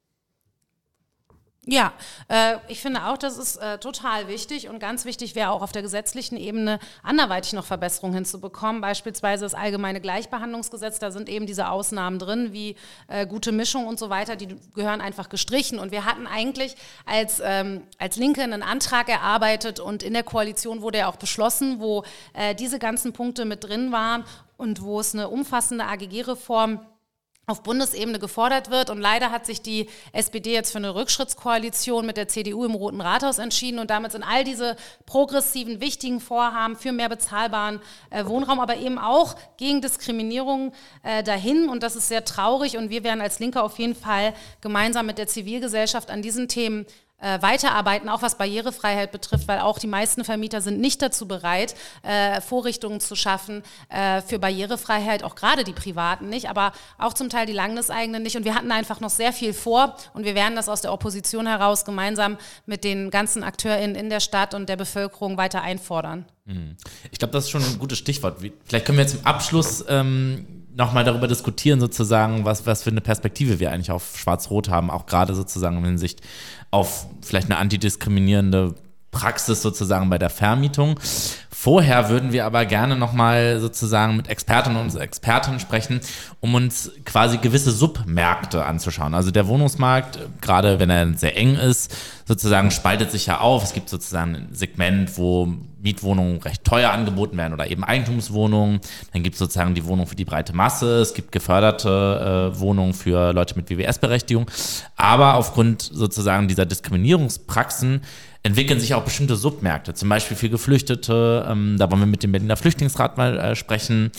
Ja, äh, ich finde auch, das ist äh, total wichtig und ganz wichtig wäre auch auf der gesetzlichen Ebene anderweitig noch Verbesserungen hinzubekommen, beispielsweise das allgemeine Gleichbehandlungsgesetz, da sind eben diese Ausnahmen drin, wie äh, gute Mischung und so weiter, die gehören einfach gestrichen und wir hatten eigentlich als, ähm, als Linke einen Antrag erarbeitet und in der Koalition wurde er auch beschlossen, wo äh, diese ganzen Punkte mit drin waren und wo es eine umfassende A G G-Reform auf Bundesebene gefordert wird und leider hat sich die S P D jetzt für eine Rückschrittskoalition mit der C D U im Roten Rathaus entschieden und damit sind all diese progressiven, wichtigen Vorhaben für mehr bezahlbaren äh, Wohnraum, aber eben auch gegen Diskriminierung äh, dahin und das ist sehr traurig und wir werden als Linke auf jeden Fall gemeinsam mit der Zivilgesellschaft an diesen Themen Äh, weiterarbeiten, auch was Barrierefreiheit betrifft, weil auch die meisten Vermieter sind nicht dazu bereit, äh, Vorrichtungen zu schaffen äh, für Barrierefreiheit, auch gerade die privaten nicht, aber auch zum Teil die landeseigenen nicht. Und wir hatten einfach noch sehr viel vor und wir werden das aus der Opposition heraus gemeinsam mit den ganzen AkteurInnen in der Stadt und der Bevölkerung weiter einfordern. Ich glaube, das ist schon ein gutes Stichwort. Vielleicht können wir jetzt im Abschluss ähm, nochmal darüber diskutieren, sozusagen, was, was für eine Perspektive wir eigentlich auf Schwarz-Rot haben, auch gerade sozusagen in Hinsicht auf vielleicht eine antidiskriminierende Praxis sozusagen bei der Vermietung. Vorher würden wir aber gerne nochmal sozusagen mit Expertinnen und Experten sprechen, um uns quasi gewisse Submärkte anzuschauen. Also der Wohnungsmarkt, gerade wenn er sehr eng ist, sozusagen spaltet sich ja auf. Es gibt sozusagen ein Segment, wo Mietwohnungen recht teuer angeboten werden oder eben Eigentumswohnungen. Dann gibt es sozusagen die Wohnung für die breite Masse. Es gibt geförderte äh, Wohnungen für Leute mit W W S-Berechtigung. Aber aufgrund sozusagen dieser Diskriminierungspraxen entwickeln sich auch bestimmte Submärkte, zum Beispiel für Geflüchtete. Ähm, da wollen wir mit dem Berliner Flüchtlingsrat mal äh, sprechen.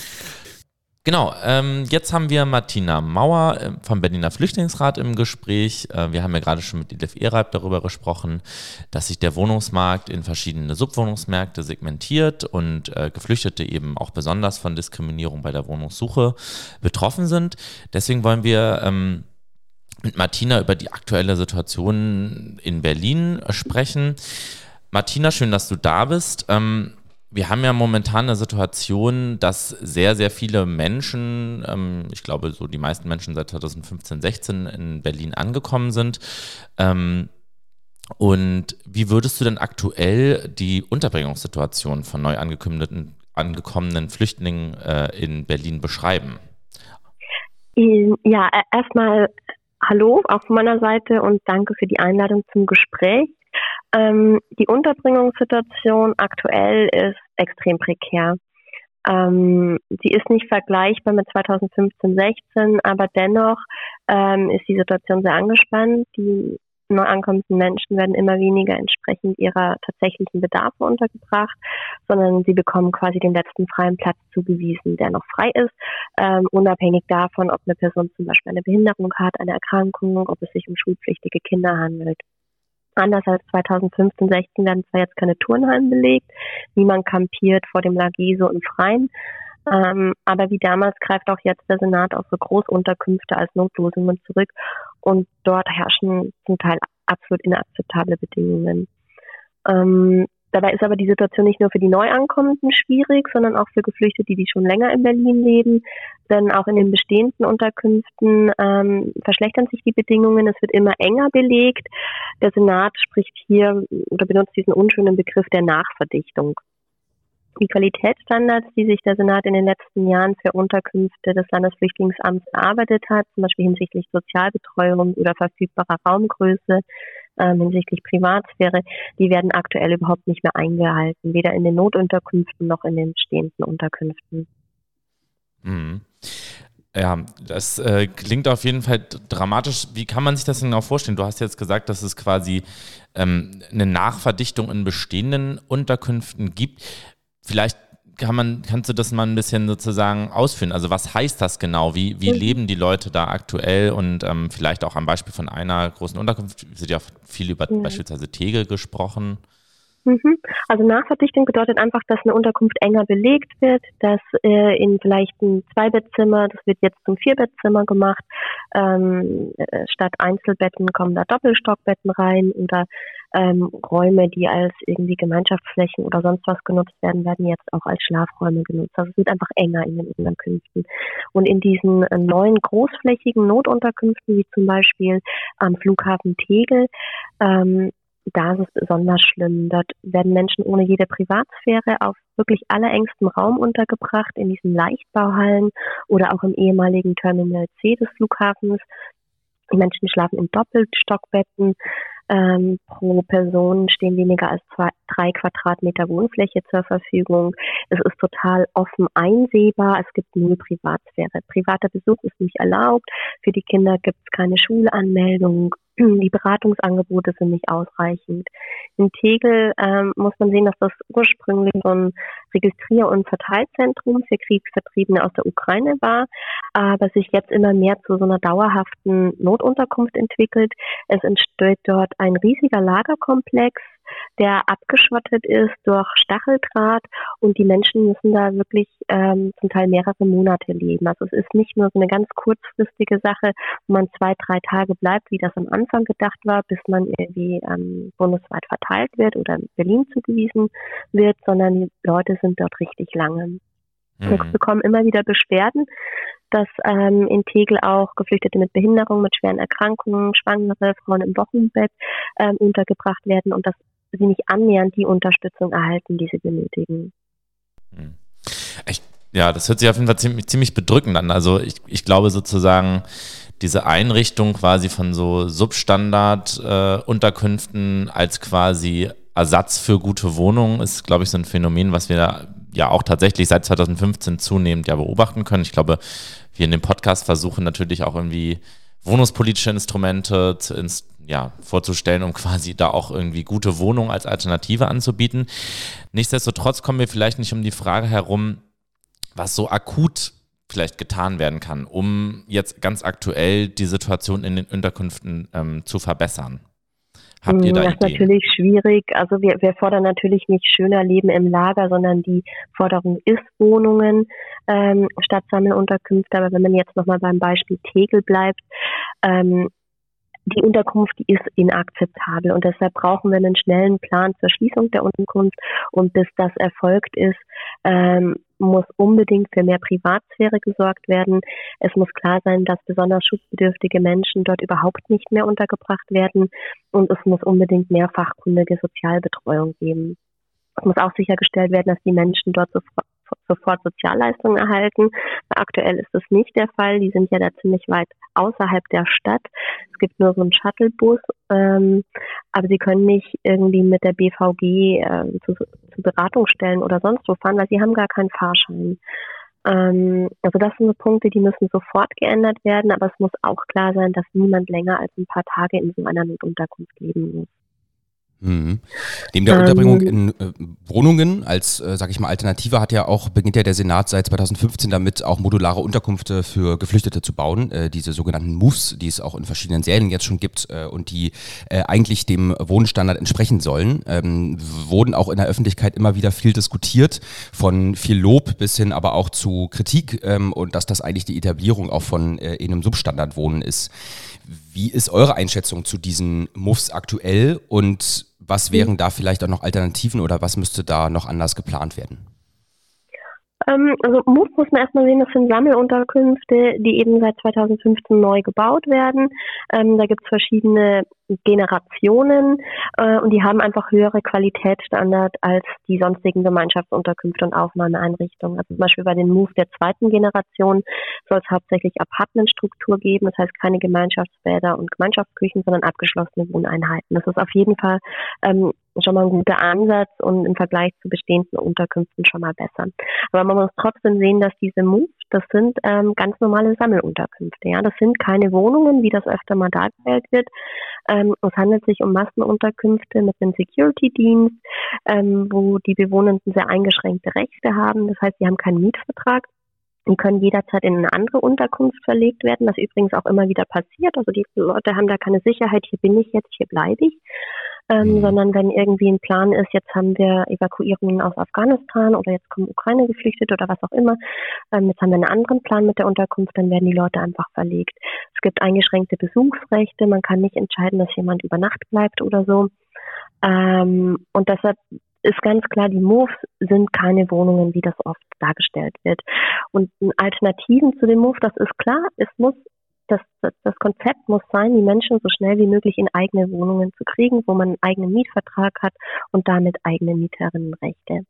Genau, ähm, jetzt haben wir Martina Mauer äh, vom Berliner Flüchtlingsrat im Gespräch. Äh, wir haben ja gerade schon mit Elif Eralp darüber gesprochen, dass sich der Wohnungsmarkt in verschiedene Subwohnungsmärkte segmentiert und äh, Geflüchtete eben auch besonders von Diskriminierung bei der Wohnungssuche betroffen sind. Deswegen wollen wir ähm, mit Martina über die aktuelle Situation in Berlin sprechen. Martina, schön, dass du da bist. Ähm, wir haben ja momentan eine Situation, dass sehr, sehr viele Menschen, ähm, ich glaube so die meisten Menschen seit zwanzig fünfzehn, sechzehn in Berlin angekommen sind. Ähm, und wie würdest du denn aktuell die Unterbringungssituation von neu angekündigten, angekommenen Flüchtlingen äh, in Berlin beschreiben? Ja, erstmal hallo auch von meiner Seite und danke für die Einladung zum Gespräch. Ähm, die Unterbringungssituation aktuell ist extrem prekär. Ähm, sie ist nicht vergleichbar mit zwanzig fünfzehn, sechzehn, aber dennoch ähm, ist die Situation sehr angespannt. Die neu ankommenden Menschen werden immer weniger entsprechend ihrer tatsächlichen Bedarfe untergebracht, sondern sie bekommen quasi den letzten freien Platz zugewiesen, der noch frei ist, ähm, unabhängig davon, ob eine Person zum Beispiel eine Behinderung hat, eine Erkrankung, ob es sich um schulpflichtige Kinder handelt. Anders als zwanzig fünfzehn, sechzehn werden zwar jetzt keine Turnhallen belegt, niemand kampiert vor dem Lagiso im Freien, ähm, aber wie damals greift auch jetzt der Senat auf so Großunterkünfte als Notlösungen zurück und dort herrschen zum Teil absolut inakzeptable Bedingungen. Ähm, dabei ist aber die Situation nicht nur für die Neuankommenden schwierig, sondern auch für Geflüchtete, die schon länger in Berlin leben, denn auch in den bestehenden Unterkünften ähm, verschlechtern sich die Bedingungen, es wird immer enger belegt. Der Senat spricht hier oder benutzt diesen unschönen Begriff der Nachverdichtung. Die Qualitätsstandards, die sich der Senat in den letzten Jahren für Unterkünfte des Landesflüchtlingsamts erarbeitet hat, zum Beispiel hinsichtlich Sozialbetreuung oder verfügbarer Raumgröße, ähm, hinsichtlich Privatsphäre, die werden aktuell überhaupt nicht mehr eingehalten, weder in den Notunterkünften noch in den bestehenden Unterkünften. Mhm. Ja, das äh, klingt auf jeden Fall dramatisch. Wie kann man sich das denn genau vorstellen? Du hast jetzt gesagt, dass es quasi ähm, eine Nachverdichtung in bestehenden Unterkünften gibt. Vielleicht kann man, kannst du das mal ein bisschen sozusagen ausführen? Also was heißt das genau? Wie, wie Mhm. leben die Leute da aktuell? Und ähm, vielleicht auch am Beispiel von einer großen Unterkunft. Es wird ja viel über Ja. beispielsweise Tegel gesprochen. Mhm. Also Nachverdichtung bedeutet einfach, dass eine Unterkunft enger belegt wird, dass äh, in vielleicht ein Zweibettzimmer, das wird jetzt zum Vierbettzimmer gemacht, ähm, äh, statt Einzelbetten kommen da Doppelstockbetten rein oder ähm, Räume, die als irgendwie Gemeinschaftsflächen oder sonst was genutzt werden, werden jetzt auch als Schlafräume genutzt. Also es wird einfach enger in den Unterkünften. Und in diesen äh, neuen großflächigen Notunterkünften, wie zum Beispiel am Flughafen Tegel, ähm, da ist es besonders schlimm. Dort werden Menschen ohne jede Privatsphäre auf wirklich allerengstem Raum untergebracht, in diesen Leichtbauhallen oder auch im ehemaligen Terminal C des Flughafens. Die Menschen schlafen in Doppelstockbetten. Ähm, pro Person stehen weniger als zwei, drei Quadratmeter Wohnfläche zur Verfügung. Es ist total offen einsehbar. Es gibt null Privatsphäre. Privater Besuch ist nicht erlaubt. Für die Kinder gibt es keine Schulanmeldung. Die Beratungsangebote sind nicht ausreichend. In Tegel ähm, muss man sehen, dass das ursprünglich so ein Registrier- und Verteilzentrum für Kriegsvertriebene aus der Ukraine war, aber sich jetzt immer mehr zu so einer dauerhaften Notunterkunft entwickelt. Es entsteht dort ein riesiger Lagerkomplex, der abgeschottet ist durch Stacheldraht und die Menschen müssen da wirklich ähm, zum Teil mehrere Monate leben. Also es ist nicht nur so eine ganz kurzfristige Sache, wo man zwei, drei Tage bleibt, wie das am Anfang gedacht war, bis man irgendwie ähm, bundesweit verteilt wird oder Berlin zugewiesen wird, sondern die Leute sind dort richtig lange. Mhm. Wir bekommen immer wieder Beschwerden, dass ähm, in Tegel auch Geflüchtete mit Behinderung, mit schweren Erkrankungen, Schwangere, Frauen im Wochenbett ähm, untergebracht werden und dass sie nicht annähernd die Unterstützung erhalten, die sie benötigen. Ich, ja, das hört sich auf jeden Fall ziemlich, ziemlich bedrückend an. Also ich, ich glaube sozusagen, diese Einrichtung quasi von so Substandard-Unterkünften äh, als quasi Ersatz für gute Wohnungen ist, glaube ich, so ein Phänomen, was wir ja auch tatsächlich seit zwanzig fünfzehn zunehmend ja beobachten können. Ich glaube, wir in dem Podcast versuchen natürlich auch irgendwie wohnungspolitische Instrumente zu ins, ja, vorzustellen, um quasi da auch irgendwie gute Wohnungen als Alternative anzubieten. Nichtsdestotrotz kommen wir vielleicht nicht um die Frage herum, was so akut vielleicht getan werden kann, um jetzt ganz aktuell die Situation in den Unterkünften ähm, zu verbessern. Habt ihr da Das ist Ideen? natürlich schwierig. Also wir, wir fordern natürlich nicht schöner Leben im Lager, sondern die Forderung ist Wohnungen ähm, statt Sammelunterkünfte. Aber wenn man jetzt nochmal beim Beispiel Tegel bleibt, ähm, die Unterkunft, die ist inakzeptabel und deshalb brauchen wir einen schnellen Plan zur Schließung der Unterkunft und bis das erfolgt ist, ähm, muss unbedingt für mehr Privatsphäre gesorgt werden. Es muss klar sein, dass besonders schutzbedürftige Menschen dort überhaupt nicht mehr untergebracht werden und es muss unbedingt mehr fachkundige Sozialbetreuung geben. Es muss auch sichergestellt werden, dass die Menschen dort sofort sofort Sozialleistungen erhalten. Aktuell ist das nicht der Fall. Die sind ja da ziemlich weit außerhalb der Stadt. Es gibt nur so einen Shuttlebus, ähm, aber sie können nicht irgendwie mit der B V G äh, zu, zu Beratungsstellen oder sonst wo fahren, weil sie haben gar keinen Fahrschein. Ähm, also das sind so Punkte, die müssen sofort geändert werden, aber es muss auch klar sein, dass niemand länger als ein paar Tage in so einer Notunterkunft leben muss. Mhm. Neben der Unterbringung in äh, Wohnungen als, äh, sag ich mal, Alternative hat ja auch, beginnt ja der Senat seit zwanzig fünfzehn damit, auch modulare Unterkünfte für Geflüchtete zu bauen, äh, diese sogenannten M O Vs, die es auch in verschiedenen Serien jetzt schon gibt äh, und die äh, eigentlich dem Wohnstandard entsprechen sollen, ähm, wurden auch in der Öffentlichkeit immer wieder viel diskutiert, von viel Lob bis hin aber auch zu Kritik ähm, und dass das eigentlich die Etablierung auch von äh, in einem Substandardwohnen ist. Wie ist eure Einschätzung zu diesen M O Vs aktuell und was wären da vielleicht auch noch Alternativen oder was müsste da noch anders geplant werden? Ähm, also M O V muss man erstmal sehen, das sind Sammelunterkünfte, die eben seit zwanzig fünfzehn neu gebaut werden. Ähm, da gibt es verschiedene Generationen äh, und die haben einfach höhere Qualitätsstandard als die sonstigen Gemeinschaftsunterkünfte und Aufnahmeeinrichtungen. Also zum Beispiel bei den M O V der zweiten Generation soll es hauptsächlich Apartmentstruktur geben, das heißt keine Gemeinschaftsbäder und Gemeinschaftsküchen, sondern abgeschlossene Wohneinheiten. Das ist auf jeden Fall ähm, schon mal ein guter Ansatz und im Vergleich zu bestehenden Unterkünften schon mal besser. Aber man muss trotzdem sehen, dass diese Moves, das sind ähm, ganz normale Sammelunterkünfte. Ja, das sind keine Wohnungen, wie das öfter mal dargestellt wird. Ähm, es handelt sich um Massenunterkünfte mit einem Security-Dienst, ähm, wo die Bewohnenden sehr eingeschränkte Rechte haben. Das heißt, sie haben keinen Mietvertrag. Die können jederzeit in eine andere Unterkunft verlegt werden, was übrigens auch immer wieder passiert. Also die Leute haben da keine Sicherheit, hier bin ich jetzt, hier bleibe ich. Ähm, mhm. Sondern wenn irgendwie ein Plan ist, jetzt haben wir Evakuierungen aus Afghanistan oder jetzt kommen Ukraine-Geflüchtete oder was auch immer, ähm, jetzt haben wir einen anderen Plan mit der Unterkunft, dann werden die Leute einfach verlegt. Es gibt eingeschränkte Besuchsrechte, man kann nicht entscheiden, dass jemand über Nacht bleibt oder so. Ähm, und deshalb ist ganz klar, die Moves sind keine Wohnungen, wie das oft dargestellt wird. Und Alternativen zu den Moves, das ist klar, es muss Das, das, das Konzept muss sein, die Menschen so schnell wie möglich in eigene Wohnungen zu kriegen, wo man einen eigenen Mietvertrag hat und damit eigene Mieterinnenrechte.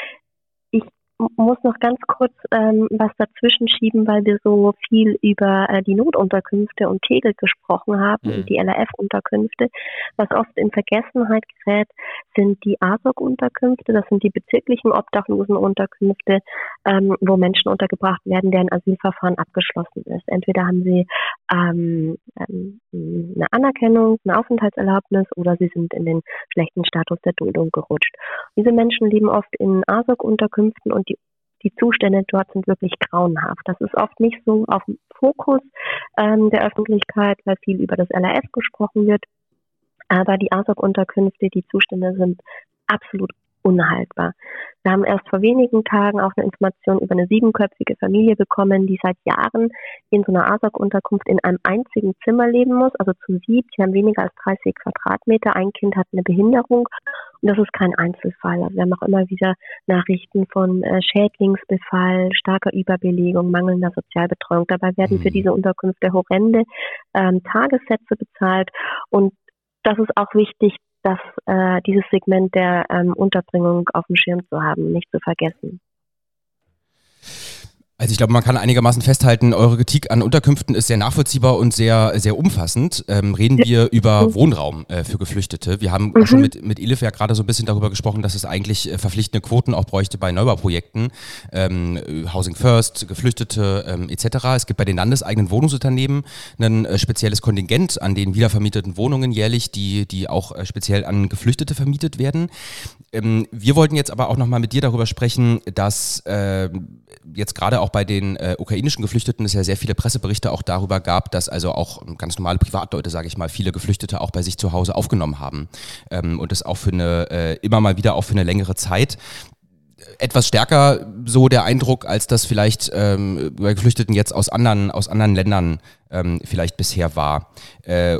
Ich muss noch ganz kurz ähm, was dazwischen schieben, weil wir so viel über äh, die Notunterkünfte und Tegel gesprochen haben, mhm. die L R F-Unterkünfte. Was oft in Vergessenheit gerät, sind die A S O G-Unterkünfte, das sind die bezirklichen Obdachlosenunterkünfte, ähm, wo Menschen untergebracht werden, deren Asylverfahren abgeschlossen ist. Entweder haben sie ähm, ähm, eine Anerkennung, eine Aufenthaltserlaubnis oder sie sind in den schlechten Status der Duldung gerutscht. Diese Menschen leben oft in A S O G-Unterkünften und die Die Zustände dort sind wirklich grauenhaft. Das ist oft nicht so auf dem Fokus ähm, der Öffentlichkeit, weil viel über das L R F gesprochen wird. Aber die A S O G-Unterkünfte, die Zustände sind absolut unhaltbar. Wir haben erst vor wenigen Tagen auch eine Information über eine siebenköpfige Familie bekommen, die seit Jahren in so einer A S O G-Unterkunft in einem einzigen Zimmer leben muss, also zu siebt. Die haben weniger als dreißig Quadratmeter. Ein Kind hat eine Behinderung und das ist kein Einzelfall. Also wir haben auch immer wieder Nachrichten von äh, Schädlingsbefall, starker Überbelegung, mangelnder Sozialbetreuung. Dabei werden für diese Unterkünfte horrende ähm, Tagessätze bezahlt und das ist auch wichtig, dass äh, dieses Segment der ähm, Unterbringung auf dem Schirm zu haben, nicht zu vergessen. Also ich glaube, man kann einigermaßen festhalten, eure Kritik an Unterkünften ist sehr nachvollziehbar und sehr, sehr umfassend. Ähm, reden wir über Wohnraum äh, für Geflüchtete. Wir haben mhm. auch schon mit, mit Elif ja gerade so ein bisschen darüber gesprochen, dass es eigentlich äh, verpflichtende Quoten auch bräuchte bei Neubauprojekten. Ähm, Housing First, Geflüchtete ähm, et cetera. Es gibt bei den landeseigenen Wohnungsunternehmen ein äh, spezielles Kontingent an den wiedervermieteten Wohnungen jährlich, die, die auch äh, speziell an Geflüchtete vermietet werden. Ähm, wir wollten jetzt aber auch nochmal mit dir darüber sprechen, dass äh, jetzt gerade auch bei den äh, ukrainischen Geflüchteten es ja sehr viele Presseberichte auch darüber gab, dass also auch ganz normale Privatleute, sage ich mal, viele Geflüchtete auch bei sich zu Hause aufgenommen haben ähm, und das auch für eine, äh, immer mal wieder auch für eine längere Zeit. Etwas stärker so der Eindruck, als das vielleicht ähm, bei Geflüchteten jetzt aus anderen, aus anderen Ländern ähm, vielleicht bisher war. Äh,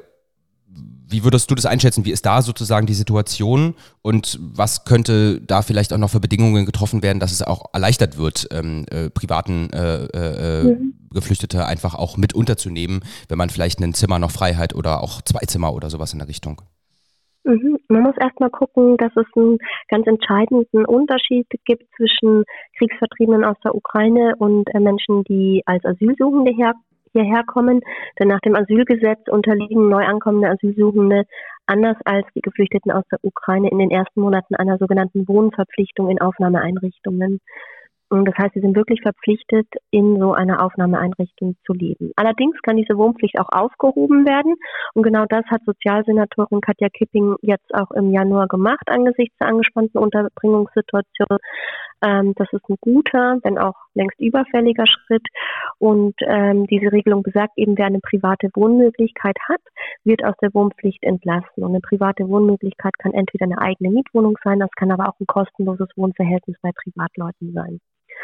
Wie würdest du das einschätzen? Wie ist da sozusagen die Situation und was könnte da vielleicht auch noch für Bedingungen getroffen werden, dass es auch erleichtert wird, ähm, äh, privaten äh, äh, mhm. Geflüchtete einfach auch mit unterzunehmen, wenn man vielleicht ein Zimmer noch frei hat oder auch zwei Zimmer oder sowas in der Richtung? Mhm. Man muss erstmal gucken, dass es einen ganz entscheidenden Unterschied gibt zwischen Kriegsvertriebenen aus der Ukraine und äh, Menschen, die als Asylsuchende herkommen. hierher kommen, denn nach dem Asylgesetz unterliegen neu ankommende Asylsuchende anders als die Geflüchteten aus der Ukraine in den ersten Monaten einer sogenannten Wohnverpflichtung in Aufnahmeeinrichtungen. Und das heißt, sie sind wirklich verpflichtet, in so einer Aufnahmeeinrichtung zu leben. Allerdings kann diese Wohnpflicht auch aufgehoben werden. Und genau das hat Sozialsenatorin Katja Kipping jetzt auch im Januar gemacht, angesichts der angespannten Unterbringungssituation. Ähm, das ist ein guter, wenn auch längst überfälliger Schritt. Und ähm, diese Regelung besagt eben, wer eine private Wohnmöglichkeit hat, wird aus der Wohnpflicht entlassen. Und eine private Wohnmöglichkeit kann entweder eine eigene Mietwohnung sein, das kann aber auch ein kostenloses Wohnverhältnis bei Privatleuten sein.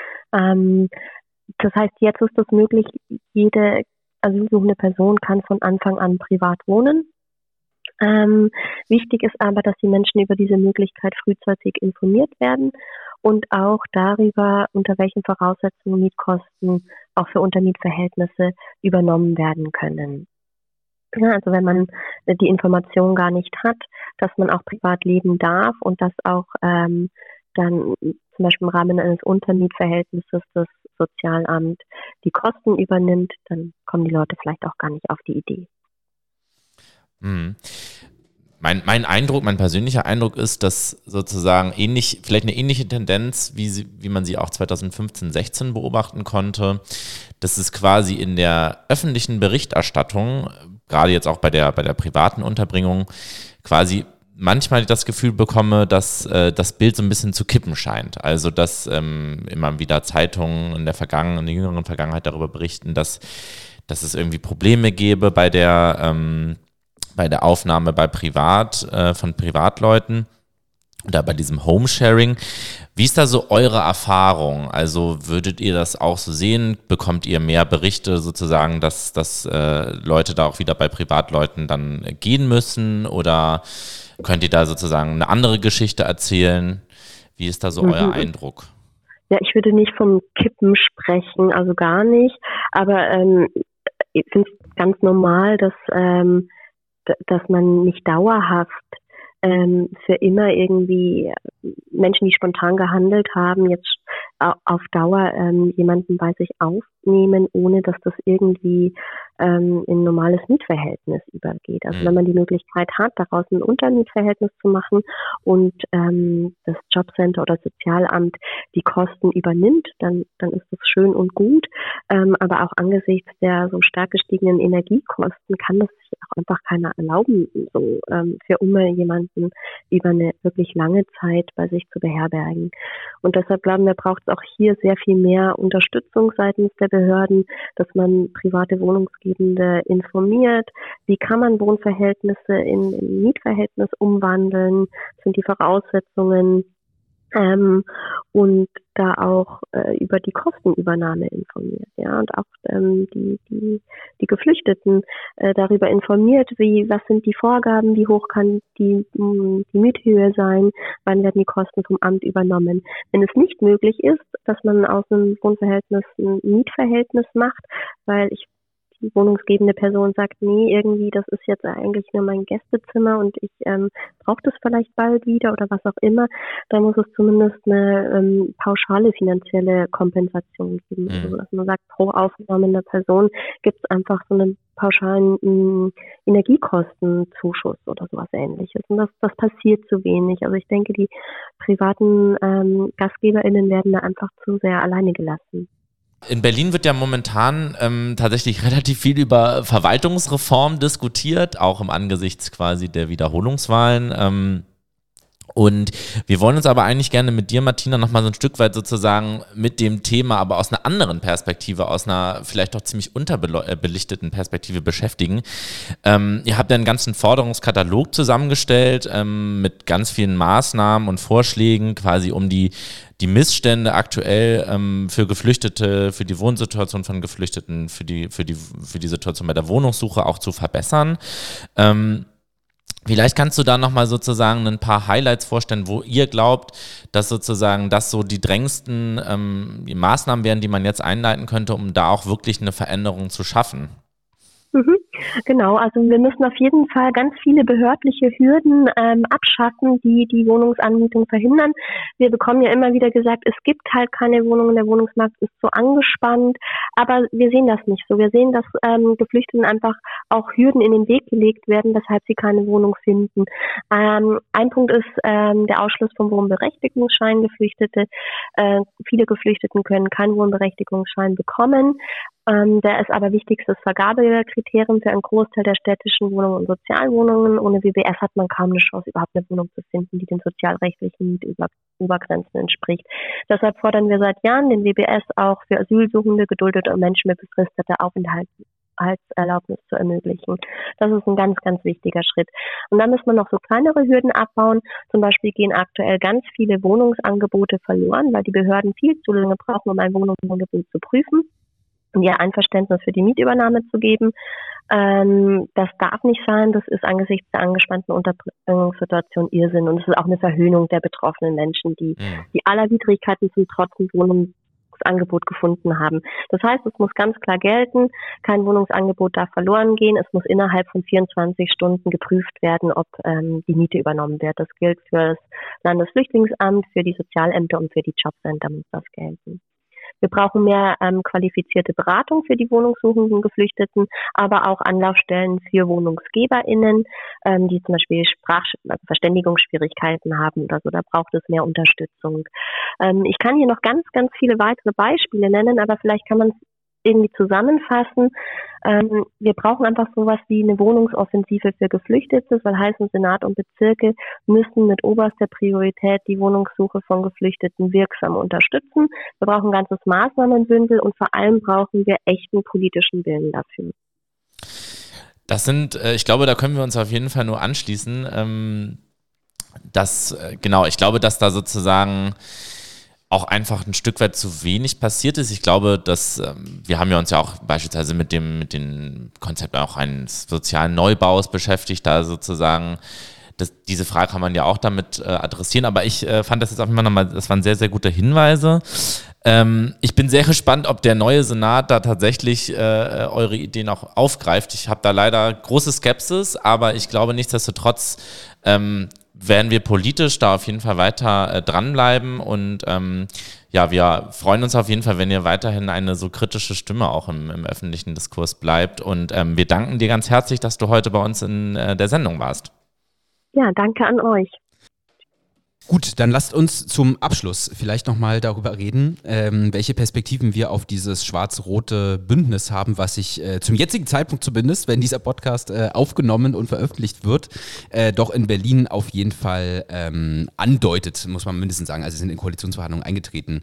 Ähm, das heißt, jetzt ist es möglich, jede asylsuchende Person kann von Anfang an privat wohnen. Ähm, wichtig ist aber, dass die Menschen über diese Möglichkeit frühzeitig informiert werden und auch darüber, unter welchen Voraussetzungen Mietkosten auch für Untermietverhältnisse übernommen werden können. Ja, also wenn man die Information gar nicht hat, dass man auch privat leben darf und dass auch ähm, dann zum Beispiel im Rahmen eines Untermietverhältnisses das Sozialamt die Kosten übernimmt, dann kommen die Leute vielleicht auch gar nicht auf die Idee. Mhm. Mein, mein Eindruck, mein persönlicher Eindruck ist, dass sozusagen ähnlich, vielleicht eine ähnliche Tendenz, wie, sie, wie man sie auch zweitausendfünfzehn, sechzehn beobachten konnte, dass es quasi in der öffentlichen Berichterstattung, gerade jetzt auch bei der, bei der privaten Unterbringung, quasi manchmal das Gefühl bekomme, dass äh, das Bild so ein bisschen zu kippen scheint. Also dass ähm, immer wieder Zeitungen in der Vergangenheit, in der jüngeren Vergangenheit darüber berichten, dass, dass es irgendwie Probleme gäbe bei der ähm, bei der Aufnahme bei Privat, äh, von Privatleuten oder bei diesem Homesharing. Wie ist da so eure Erfahrung? Also würdet ihr das auch so sehen? Bekommt ihr mehr Berichte sozusagen, dass, dass äh, Leute da auch wieder bei Privatleuten dann gehen müssen? Oder könnt ihr da sozusagen eine andere Geschichte erzählen? Wie ist da so mhm. euer Eindruck? Ja, ich würde nicht vom Kippen sprechen, also gar nicht. Aber ähm, ich finde es ganz normal, dass ähm, dass man nicht dauerhaft ähm, für immer irgendwie Menschen, die spontan gehandelt haben, jetzt auf Dauer ähm, jemanden bei sich aufnehmen, ohne dass das irgendwie ähm, in ein normales Mietverhältnis übergeht. Also wenn man die Möglichkeit hat, daraus ein Untermietverhältnis zu machen und ähm, das Jobcenter oder Sozialamt die Kosten übernimmt, dann, dann ist das schön und gut. Ähm, aber auch angesichts der so stark gestiegenen Energiekosten kann das sich auch einfach keiner erlauben, so ähm, für immer jemanden über eine wirklich lange Zeit bei sich zu beherbergen. Und deshalb glauben wir, braucht es auch hier sehr viel mehr Unterstützung seitens der Behörden, dass man private Wohnungsgebende informiert. Wie kann man Wohnverhältnisse in, in Mietverhältnis umwandeln? Was sind die Voraussetzungen? Ähm, und da auch äh, über die Kostenübernahme informiert, ja, und auch ähm, die die die Geflüchteten äh, darüber informiert, wie was sind die Vorgaben, wie hoch kann die mh, die Miethöhe sein, wann werden die Kosten vom Amt übernommen. Wenn es nicht möglich ist, dass man aus einem Wohnverhältnis ein Mietverhältnis macht, weil ich die wohnungsgebende Person sagt, nee, irgendwie, das ist jetzt eigentlich nur mein Gästezimmer und ich ähm, brauche das vielleicht bald wieder oder was auch immer, dann muss es zumindest eine ähm, pauschale finanzielle Kompensation geben. Mhm. Also, dass man sagt, pro aufgenommene Person gibt es einfach so einen pauschalen ähm, Energiekostenzuschuss oder sowas Ähnliches. Und das, das passiert zu wenig. Also ich denke, die privaten ähm, GastgeberInnen werden da einfach zu sehr alleine gelassen. In Berlin wird ja momentan ähm, tatsächlich relativ viel über Verwaltungsreform diskutiert, auch im Angesichts quasi der Wiederholungswahlen. Ähm, und wir wollen uns aber eigentlich gerne mit dir, Martina, nochmal so ein Stück weit sozusagen mit dem Thema, aber aus einer anderen Perspektive, aus einer vielleicht doch ziemlich unterbelichteten Perspektive beschäftigen. Ähm, ihr habt ja einen ganzen Forderungskatalog zusammengestellt ähm, mit ganz vielen Maßnahmen und Vorschlägen, quasi um die die Missstände aktuell ähm, für Geflüchtete, für die Wohnsituation von Geflüchteten, für die, für die, für die Situation bei der Wohnungssuche auch zu verbessern. Ähm, vielleicht kannst du da nochmal sozusagen ein paar Highlights vorstellen, wo ihr glaubt, dass sozusagen das so die drängendsten ähm, die Maßnahmen wären, die man jetzt einleiten könnte, um da auch wirklich eine Veränderung zu schaffen. Mhm. Genau, also wir müssen auf jeden Fall ganz viele behördliche Hürden ähm, abschaffen, die die Wohnungsanmietung verhindern. Wir bekommen ja immer wieder gesagt, es gibt halt keine Wohnungen, der Wohnungsmarkt ist so angespannt, aber wir sehen das nicht so. Wir sehen, dass ähm, Geflüchteten einfach auch Hürden in den Weg gelegt werden, weshalb sie keine Wohnung finden. Ähm, ein Punkt ist ähm, der Ausschluss vom Wohnberechtigungsschein. Geflüchtete, äh, viele Geflüchteten können keinen Wohnberechtigungsschein bekommen. Ähm, der ist aber wichtigstes Vergabekriterium für einen Großteil der städtischen Wohnungen und Sozialwohnungen. Ohne W B S hat man kaum eine Chance, überhaupt eine Wohnung zu finden, die den sozialrechtlichen Mietobergrenzen entspricht. Deshalb fordern wir seit Jahren den W B S auch für Asylsuchende, Geduldete und Menschen mit befristeter Aufenthaltserlaubnis zu ermöglichen. Das ist ein ganz, ganz wichtiger Schritt. Und dann muss man noch so kleinere Hürden abbauen. Zum Beispiel gehen aktuell ganz viele Wohnungsangebote verloren, weil die Behörden viel zu lange brauchen, um ein Wohnungsangebot zu prüfen und ihr Einverständnis für die Mietübernahme zu geben. Ähm, das darf nicht sein. Das ist angesichts der angespannten Unterbringungssituation Irrsinn. Und es ist auch eine Verhöhnung der betroffenen Menschen, die ja. die aller Widrigkeiten zum Trotz ein Wohnungsangebot gefunden haben. Das heißt, es muss ganz klar gelten, kein Wohnungsangebot darf verloren gehen. Es muss innerhalb von vierundzwanzig Stunden geprüft werden, ob ähm, die Miete übernommen wird. Das gilt für das Landesflüchtlingsamt, für die Sozialämter und für die Jobcenter muss das gelten. Wir brauchen mehr ähm, qualifizierte Beratung für die wohnungssuchenden Geflüchteten, aber auch Anlaufstellen für WohnungsgeberInnen, ähm, die zum Beispiel Sprach- also Verständigungsschwierigkeiten haben oder so. Da braucht es mehr Unterstützung. Ähm, ich kann hier noch ganz, ganz viele weitere Beispiele nennen, aber vielleicht kann man es irgendwie zusammenfassen. Ähm, wir brauchen einfach sowas wie eine Wohnungsoffensive für Geflüchtete. Das soll heißen, Senat und Bezirke müssen mit oberster Priorität die Wohnungssuche von Geflüchteten wirksam unterstützen. Wir brauchen ein ganzes Maßnahmenbündel und vor allem brauchen wir echten politischen Willen dafür. Das sind, äh, ich glaube, da können wir uns auf jeden Fall nur anschließen. Ähm, dass, äh, genau, ich glaube, dass da sozusagen auch einfach ein Stück weit zu wenig passiert ist. Ich glaube, dass ähm, wir haben ja uns ja auch beispielsweise mit dem mit dem Konzept auch eines sozialen Neubaus beschäftigt, da sozusagen das, diese Frage kann man ja auch damit äh, adressieren, aber ich äh, fand das jetzt auch immer nochmal, das waren sehr, sehr gute Hinweise. Ähm, ich bin sehr gespannt, ob der neue Senat da tatsächlich äh, eure Ideen auch aufgreift. Ich habe da leider große Skepsis, aber ich glaube nichtsdestotrotz ähm, werden wir politisch da auf jeden Fall weiter äh, dranbleiben und ähm, ja, wir freuen uns auf jeden Fall, wenn ihr weiterhin eine so kritische Stimme auch im, im öffentlichen Diskurs bleibt und ähm, wir danken dir ganz herzlich, dass du heute bei uns in äh, der Sendung warst. Ja, danke an euch. Gut, dann lasst uns zum Abschluss vielleicht nochmal darüber reden, ähm, welche Perspektiven wir auf dieses schwarz-rote Bündnis haben, was sich äh, zum jetzigen Zeitpunkt zumindest, wenn dieser Podcast äh, aufgenommen und veröffentlicht wird, äh, doch in Berlin auf jeden Fall ähm, andeutet, muss man mindestens sagen. Also sie sind in Koalitionsverhandlungen eingetreten.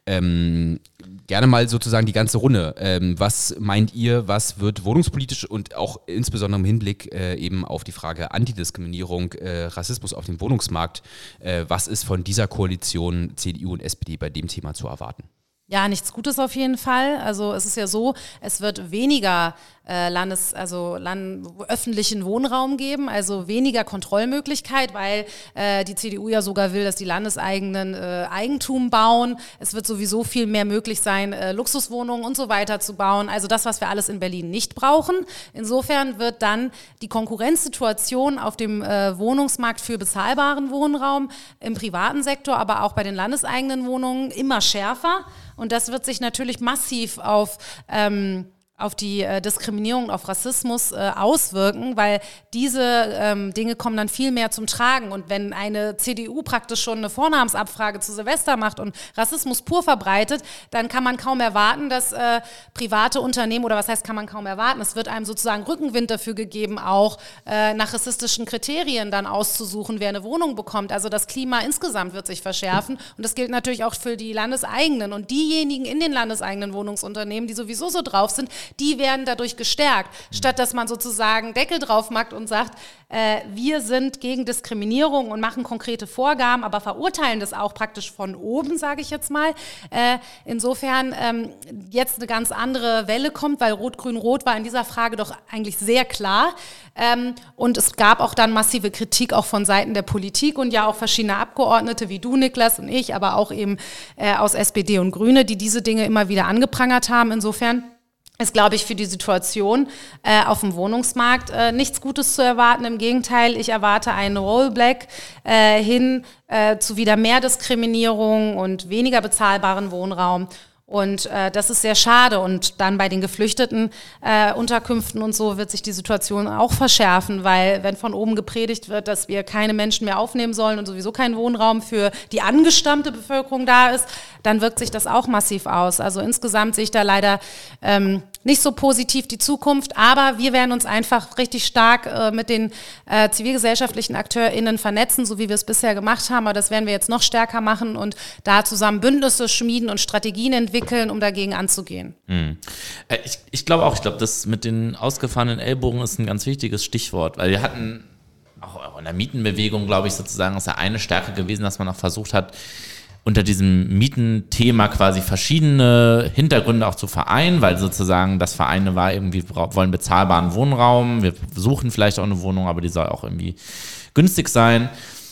Ähm, gerne mal sozusagen die ganze Runde. Ähm, was meint ihr, was wird wohnungspolitisch und auch insbesondere im Hinblick äh, eben auf die Frage Antidiskriminierung, äh, Rassismus auf dem Wohnungsmarkt, äh, was ist von dieser Koalition C D U und S P D bei dem Thema zu erwarten? Ja, nichts Gutes auf jeden Fall. Also es ist ja so, es wird weniger äh, Landes, also Land, öffentlichen Wohnraum geben, also weniger Kontrollmöglichkeit, weil äh, die C D U ja sogar will, dass die landeseigenen äh, Eigentum bauen. Es wird sowieso viel mehr möglich sein, äh, Luxuswohnungen und so weiter zu bauen. Also das, was wir alles in Berlin nicht brauchen. Insofern wird dann die Konkurrenzsituation auf dem äh, Wohnungsmarkt für bezahlbaren Wohnraum im privaten Sektor, aber auch bei den landeseigenen Wohnungen immer schärfer. Und das wird sich natürlich massiv auf, ähm, auf die äh, Diskriminierung, auf Rassismus äh, auswirken, weil diese ähm, Dinge kommen dann viel mehr zum Tragen. Und wenn eine C D U praktisch schon eine Vornamensabfrage zu Silvester macht und Rassismus pur verbreitet, dann kann man kaum erwarten, dass äh, private Unternehmen, oder was heißt kann man kaum erwarten, es wird einem sozusagen Rückenwind dafür gegeben, auch äh, nach rassistischen Kriterien dann auszusuchen, wer eine Wohnung bekommt. Also das Klima insgesamt wird sich verschärfen und das gilt natürlich auch für die Landeseigenen. Und diejenigen in den landeseigenen Wohnungsunternehmen, die sowieso so drauf sind, die werden dadurch gestärkt, statt dass man sozusagen Deckel drauf macht und sagt, äh, wir sind gegen Diskriminierung und machen konkrete Vorgaben, aber verurteilen das auch praktisch von oben, sage ich jetzt mal. Äh, insofern ähm, jetzt eine ganz andere Welle kommt, weil Rot-Grün-Rot war in dieser Frage doch eigentlich sehr klar. Ähm, und es gab auch dann massive Kritik auch von Seiten der Politik und ja auch verschiedene Abgeordnete wie du, Niklas, und ich, aber auch eben äh, aus S P D und Grüne, die diese Dinge immer wieder angeprangert haben. Insofern ist, glaube ich, für die Situation äh, auf dem Wohnungsmarkt äh, nichts Gutes zu erwarten. Im Gegenteil, ich erwarte einen Rollback äh, hin äh, zu wieder mehr Diskriminierung und weniger bezahlbaren Wohnraum. Und äh, das ist sehr schade. Und dann bei den geflüchteten äh, Unterkünften und so wird sich die Situation auch verschärfen, weil wenn von oben gepredigt wird, dass wir keine Menschen mehr aufnehmen sollen und sowieso kein Wohnraum für die angestammte Bevölkerung da ist, dann wirkt sich das auch massiv aus. Also insgesamt sehe ich da leider ähm, nicht so positiv die Zukunft, aber wir werden uns einfach richtig stark äh, mit den äh, zivilgesellschaftlichen AkteurInnen vernetzen, so wie wir es bisher gemacht haben, aber das werden wir jetzt noch stärker machen und da zusammen Bündnisse schmieden und Strategien entwickeln, um dagegen anzugehen. Hm. Äh, ich, ich glaube auch, ich glaube, das mit den ausgefahrenen Ellbogen ist ein ganz wichtiges Stichwort, weil wir hatten auch in der Mietenbewegung, glaube ich, sozusagen ist ja eine Stärke gewesen, dass man auch versucht hat, unter diesem Mietenthema quasi verschiedene Hintergründe auch zu vereinen, weil sozusagen das Vereine war irgendwie, wir wollen bezahlbaren Wohnraum, wir suchen vielleicht auch eine Wohnung, aber die soll auch irgendwie günstig sein.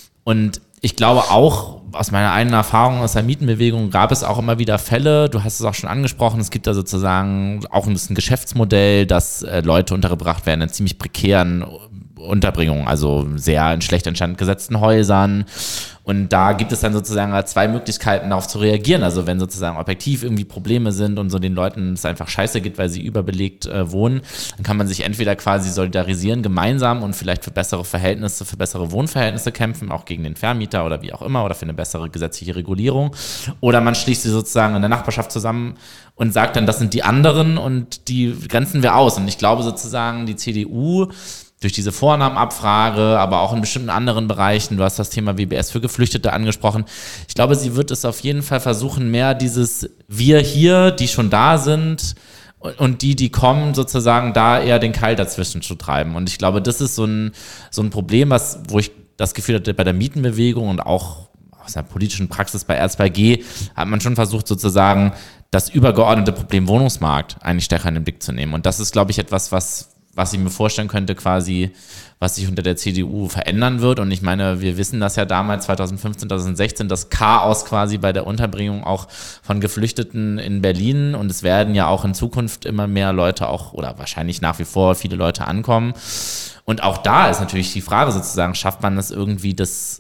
Und ich glaube auch, aus meiner eigenen Erfahrung aus der Mietenbewegung gab es auch immer wieder Fälle, du hast es auch schon angesprochen, es gibt da sozusagen auch ein Geschäftsmodell, dass äh, Leute untergebracht werden in ziemlich prekären Unterbringung, also sehr in schlecht instand gesetzten Häusern. Und da gibt es dann sozusagen zwei Möglichkeiten, darauf zu reagieren. Also wenn sozusagen objektiv irgendwie Probleme sind und so den Leuten es einfach scheiße geht, weil sie überbelegt äh, wohnen, dann kann man sich entweder quasi solidarisieren gemeinsam und vielleicht für bessere Verhältnisse, für bessere Wohnverhältnisse kämpfen, auch gegen den Vermieter oder wie auch immer, oder für eine bessere gesetzliche Regulierung. Oder man schließt sie sozusagen in der Nachbarschaft zusammen und sagt dann, das sind die anderen und die grenzen wir aus. Und ich glaube sozusagen, die C D U durch diese Vornamenabfrage, aber auch in bestimmten anderen Bereichen, du hast das Thema W B S für Geflüchtete angesprochen, ich glaube, sie wird es auf jeden Fall versuchen, mehr dieses Wir hier, die schon da sind und die, die kommen, sozusagen da eher den Keil dazwischen zu treiben. Und ich glaube, das ist so ein, so ein Problem, was, wo ich das Gefühl hatte, bei der Mietenbewegung und auch aus der politischen Praxis bei R zwei G hat man schon versucht, sozusagen das übergeordnete Problem Wohnungsmarkt eigentlich stärker in den Blick zu nehmen. Und das ist, glaube ich, etwas, was was ich mir vorstellen könnte, quasi, was sich unter der C D U verändern wird. Und ich meine, wir wissen das ja damals, zwanzig fünfzehn, zwanzig sechzehn, das Chaos quasi bei der Unterbringung auch von Geflüchteten in Berlin. Und es werden ja auch in Zukunft immer mehr Leute auch, oder wahrscheinlich nach wie vor viele Leute ankommen. Und auch da ist natürlich die Frage sozusagen, schafft man es irgendwie, das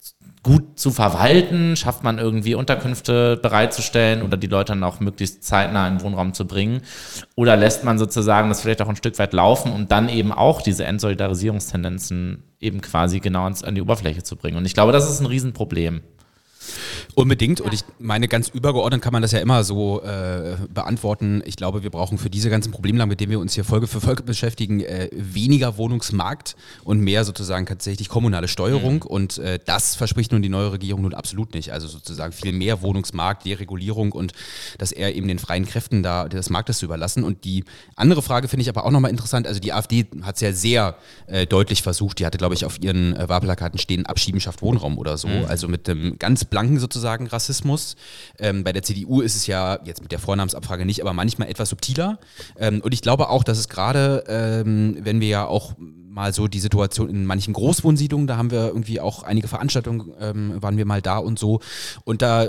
gut zu verwalten? Schafft man irgendwie Unterkünfte bereitzustellen oder die Leute dann auch möglichst zeitnah in den Wohnraum zu bringen? Oder lässt man sozusagen das vielleicht auch ein Stück weit laufen, um dann eben auch diese Entsolidarisierungstendenzen eben quasi genau ans, an die Oberfläche zu bringen? Und ich glaube, das ist ein Riesenproblem. Unbedingt. Und ich meine, ganz übergeordnet kann man das ja immer so äh, beantworten. Ich glaube, wir brauchen für diese ganzen Problemlagen, mit denen wir uns hier Folge für Folge beschäftigen, äh, weniger Wohnungsmarkt und mehr sozusagen tatsächlich kommunale Steuerung. Mhm. Und äh, das verspricht nun die neue Regierung nun absolut nicht. Also sozusagen viel mehr Wohnungsmarkt, Deregulierung und das eher eben den freien Kräften da des Marktes zu überlassen. Und die andere Frage finde ich aber auch nochmal interessant. Also die AfD hat es ja sehr äh, deutlich versucht. Die hatte, glaube ich, auf ihren äh, Wahlplakaten stehen, Abschieben schafft Wohnraum oder so. Mhm. Also mit dem ganz blanken sozusagen Rassismus. Ähm, bei der C D U ist es ja jetzt mit der Vornamensabfrage nicht, aber manchmal etwas subtiler. Ähm, und ich glaube auch, dass es gerade, ähm, wenn wir ja auch mal so die Situation in manchen Großwohnsiedlungen, da haben wir irgendwie auch einige Veranstaltungen, ähm, waren wir mal da und so. Und da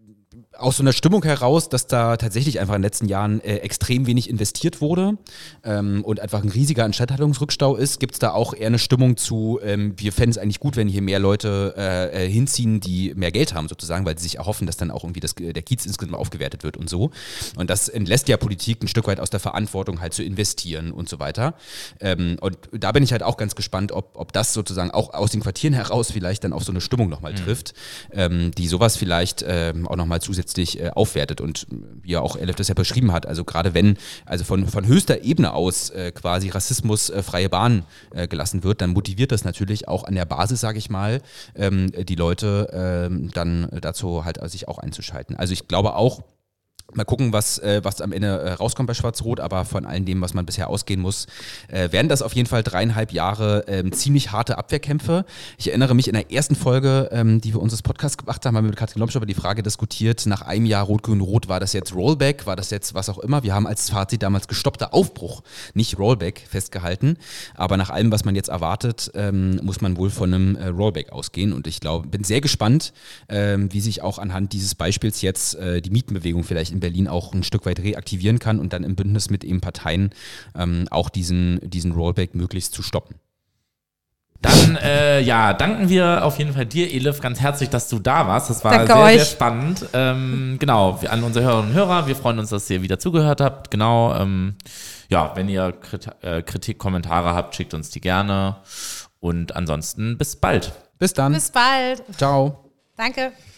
aus so einer Stimmung heraus, dass da tatsächlich einfach in den letzten Jahren äh, extrem wenig investiert wurde ähm, und einfach ein riesiger Instandhaltungsrückstau ist, gibt es da auch eher eine Stimmung zu, ähm, wir fänden es eigentlich gut, wenn hier mehr Leute äh, hinziehen, die mehr Geld haben sozusagen, weil sie sich erhoffen, dass dann auch irgendwie das, der Kiez insgesamt aufgewertet wird und so. Und das entlässt ja Politik ein Stück weit aus der Verantwortung halt zu investieren und so weiter. Ähm, und da bin ich halt auch ganz gespannt, ob, ob das sozusagen auch aus den Quartieren heraus vielleicht dann auf so eine Stimmung nochmal mhm. trifft, ähm, die sowas vielleicht ähm, auch nochmal zusätzlich äh, aufwertet und wie ja auch Elif das ja beschrieben hat, also gerade wenn also von, von höchster Ebene aus äh, quasi Rassismus äh, freie Bahn äh, gelassen wird, dann motiviert das natürlich auch an der Basis, sage ich mal, ähm, die Leute ähm, dann dazu halt sich auch einzuschalten. Also ich glaube auch, mal gucken, was, äh, was am Ende äh, rauskommt bei Schwarz-Rot, aber von all dem, was man bisher ausgehen muss, äh, werden das auf jeden Fall dreieinhalb Jahre ähm, ziemlich harte Abwehrkämpfe. Ich erinnere mich in der ersten Folge, ähm, die wir uns das Podcast gemacht haben, haben wir mit Katrin Lomsch über die Frage diskutiert, nach einem Jahr Rot-Grün-Rot, war das jetzt Rollback, war das jetzt was auch immer? Wir haben als Fazit damals gestoppter Aufbruch, nicht Rollback festgehalten, aber nach allem, was man jetzt erwartet, ähm, muss man wohl von einem äh, Rollback ausgehen und ich glaube, bin sehr gespannt, ähm, wie sich auch anhand dieses Beispiels jetzt äh, die Mietenbewegung vielleicht in Berlin auch ein Stück weit reaktivieren kann und dann im Bündnis mit eben Parteien ähm, auch diesen, diesen Rollback möglichst zu stoppen. Dann, äh, ja, danken wir auf jeden Fall dir, Elif, ganz herzlich, dass du da warst. Das war Danke sehr, euch. sehr spannend. Ähm, genau, an unsere Hörerinnen und Hörer, wir freuen uns, dass ihr wieder zugehört habt. Genau, ähm, ja, wenn ihr Kritik, äh, Kritik, Kommentare habt, schickt uns die gerne. Und ansonsten bis bald. Bis dann. Bis bald. Ciao. Danke.